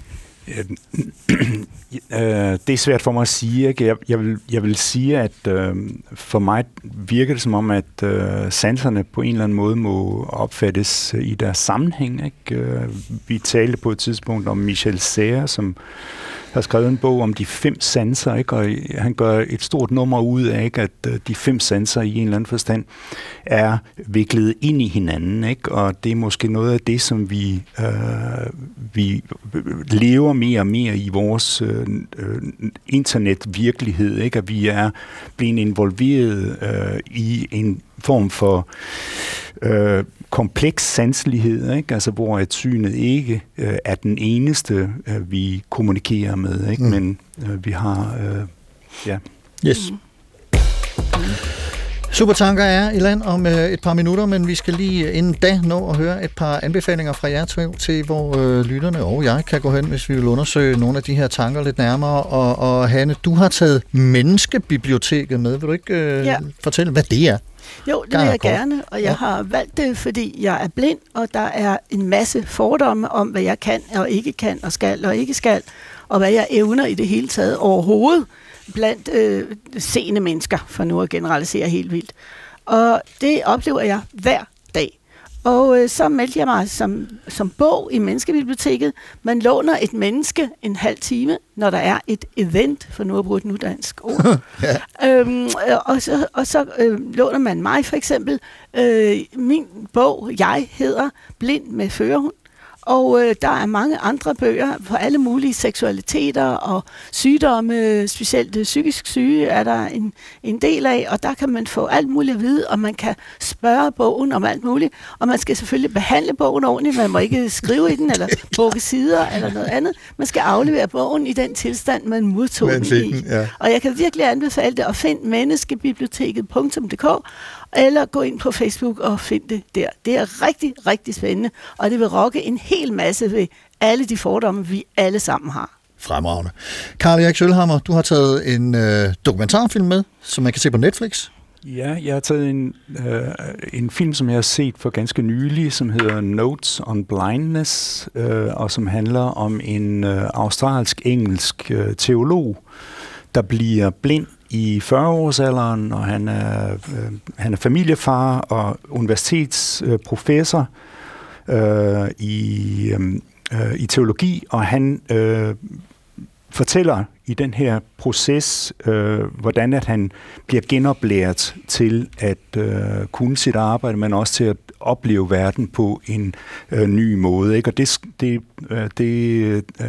Det er svært for mig at sige. Ikke? Jeg, jeg, vil, jeg vil sige, at øh, for mig virker det som om, at øh, sanserne på en eller anden måde må opfattes i deres sammenhæng. Ikke? Vi talte på et tidspunkt om Michel Serres, som har skrevet en bog om de fem sanser, ikke? Og han gør et stort nummer ud af, ikke? At uh, de fem sanser i en eller anden forstand er viklet ind i hinanden, ikke? Og det er måske noget af det, som vi, uh, vi lever mere og mere i vores uh, internetvirkelighed, ikke? At vi er blevet involveret uh, i en form for øh, kompleks sanselighed, ikke? Altså, hvor et synet ikke øh, er den eneste, øh, vi kommunikerer med, ikke? Mm. Men øh, vi har... Øh, ja. Yes. Mm. Supertanker er i land om øh, et par minutter, men vi skal lige inden da nå at høre et par anbefalinger fra jer to til, hvor øh, lytterne og jeg kan gå hen, hvis vi vil undersøge nogle af de her tanker lidt nærmere. Og, og Hanne, du har taget Menneskebiblioteket med. Vil du ikke øh, ja. fortælle, hvad det er? Jo, det vil jeg gerne, og jeg ja. har valgt det, fordi jeg er blind, og der er en masse fordomme om, hvad jeg kan og ikke kan, og skal og ikke skal, og hvad jeg evner i det hele taget overhovedet blandt øh, seende mennesker, for nu at generalisere helt vildt. Og det oplever jeg hver dag. Og øh, så meldte jeg mig som, som bog i Menneskebiblioteket. Man låner et menneske en halv time, når der er et event, for nu at bruge et nudansk ord. ja. øhm, og så, og så øh, låner man mig for eksempel. Øh, min bog, jeg hedder Blind med førerhund. Og øh, der er mange andre bøger for alle mulige seksualiteter og sygdomme, specielt psykisk syge er der en, en del af, og der kan man få alt muligt at vide, og man kan spørge bogen om alt muligt, og man skal selvfølgelig behandle bogen ordentligt, man må ikke skrive i den, eller bukke sider, eller noget andet. Man skal aflevere bogen i den tilstand, man modtog man den i. Ja. Og jeg kan virkelig anbefale det at finde menneskebiblioteket punktum d k, eller gå ind på Facebook og find det der. Det er rigtig, rigtig spændende, og det vil rokke en hel masse ved alle de fordomme, vi alle sammen har. Fremragende. Karl Erik Schjølhammer, du har taget en øh, dokumentarfilm med, som man kan se på Netflix. Ja, jeg har taget en, øh, en film, som jeg har set for ganske nylig, som hedder Notes on Blindness, øh, og som handler om en øh, australsk-engelsk øh, teolog, der bliver blind i fyrre-årsalderen, og han er, øh, han er familiefar og universitetsprofessor øh, i, øh, i teologi, og han øh, fortæller i den her proces, øh, hvordan at han bliver genoplært til at øh, kunne sit arbejde, men også til at opleve verden på en øh, ny måde. Ikke? Og det, det, øh, det øh,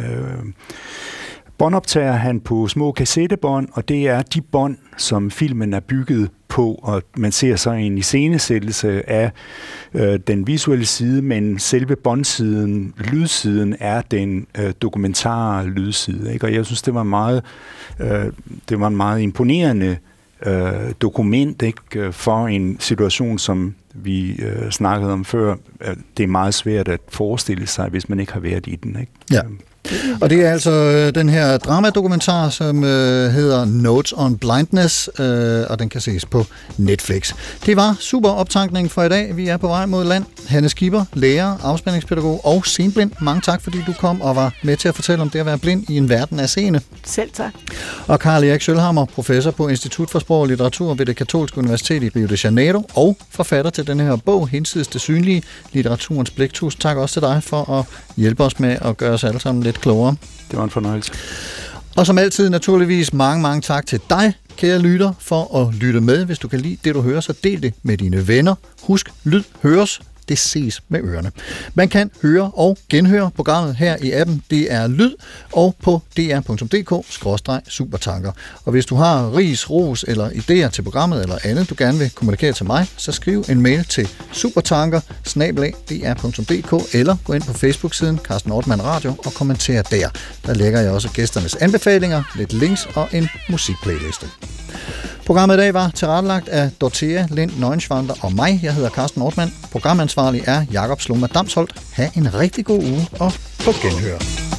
båndoptager han på små kassettebånd, og det er de bånd, som filmen er bygget på, og man ser så en iscenesættelse af øh, den visuelle side, men selve båndsiden, lydsiden, er den øh, dokumentare lydside. Ikke? Og jeg synes, det var meget, øh, det var en meget imponerende øh, dokument, ikke? For en situation, som vi øh, snakkede om før. Det er meget svært at forestille sig, hvis man ikke har været i den. Ikke? Ja. Og det er altså øh, den her dramadokumentar, som øh, hedder Notes on Blindness, øh, og den kan ses på Netflix. Det var super optankning for i dag. Vi er på vej mod land. Hanne Skipper, lærer, afspændingspædagog og senblind. Mange tak, fordi du kom og var med til at fortælle om det at være blind i en verden af seende. Selv tak. Og Karl Erik Sølhammer, professor på Institut for Sprog og Litteratur ved det katolske universitet i Rio de Janeiro, og forfatter til den her bog, Hinsides det synlige, litteraturens blik. Tusind tak også til dig for at hjælpe os med at gøre os alle sammen lidt klogere. Det var en fornøjelse. Og som altid naturligvis mange, mange tak til dig, kære lytter, for at lytte med. Hvis du kan lide det, du hører, så del det med dine venner. Husk, lyd høres. Det ses med ørerne. Man kan høre og genhøre programmet her i appen D R Lyd og på d r punktum d k skråstreg supertanker. Og hvis du har ris, ros eller idéer til programmet eller andet, du gerne vil kommunikere til mig, så skriv en mail til supertanker snabel-a d r punktum d k eller gå ind på Facebook-siden Carsten Ortmann Radio og kommenter der. Der lægger jeg også gæsternes anbefalinger, lidt links og en musikplayliste. Programmet i dag var tilrettelagt af Dorthea Lind Neuenschwander og mig. Jeg hedder Carsten Ortmann. Programansvarlig er Jakob Sloma Damsholdt. Ha' en rigtig god uge og på genhør.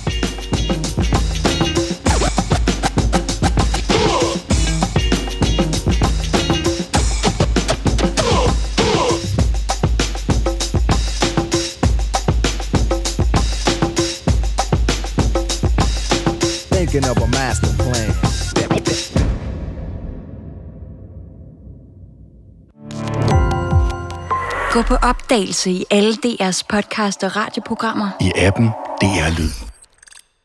Thinking of a master plan. Gå på opdagelse i alle D R's podcast og radioprogrammer. I appen D R Lyd.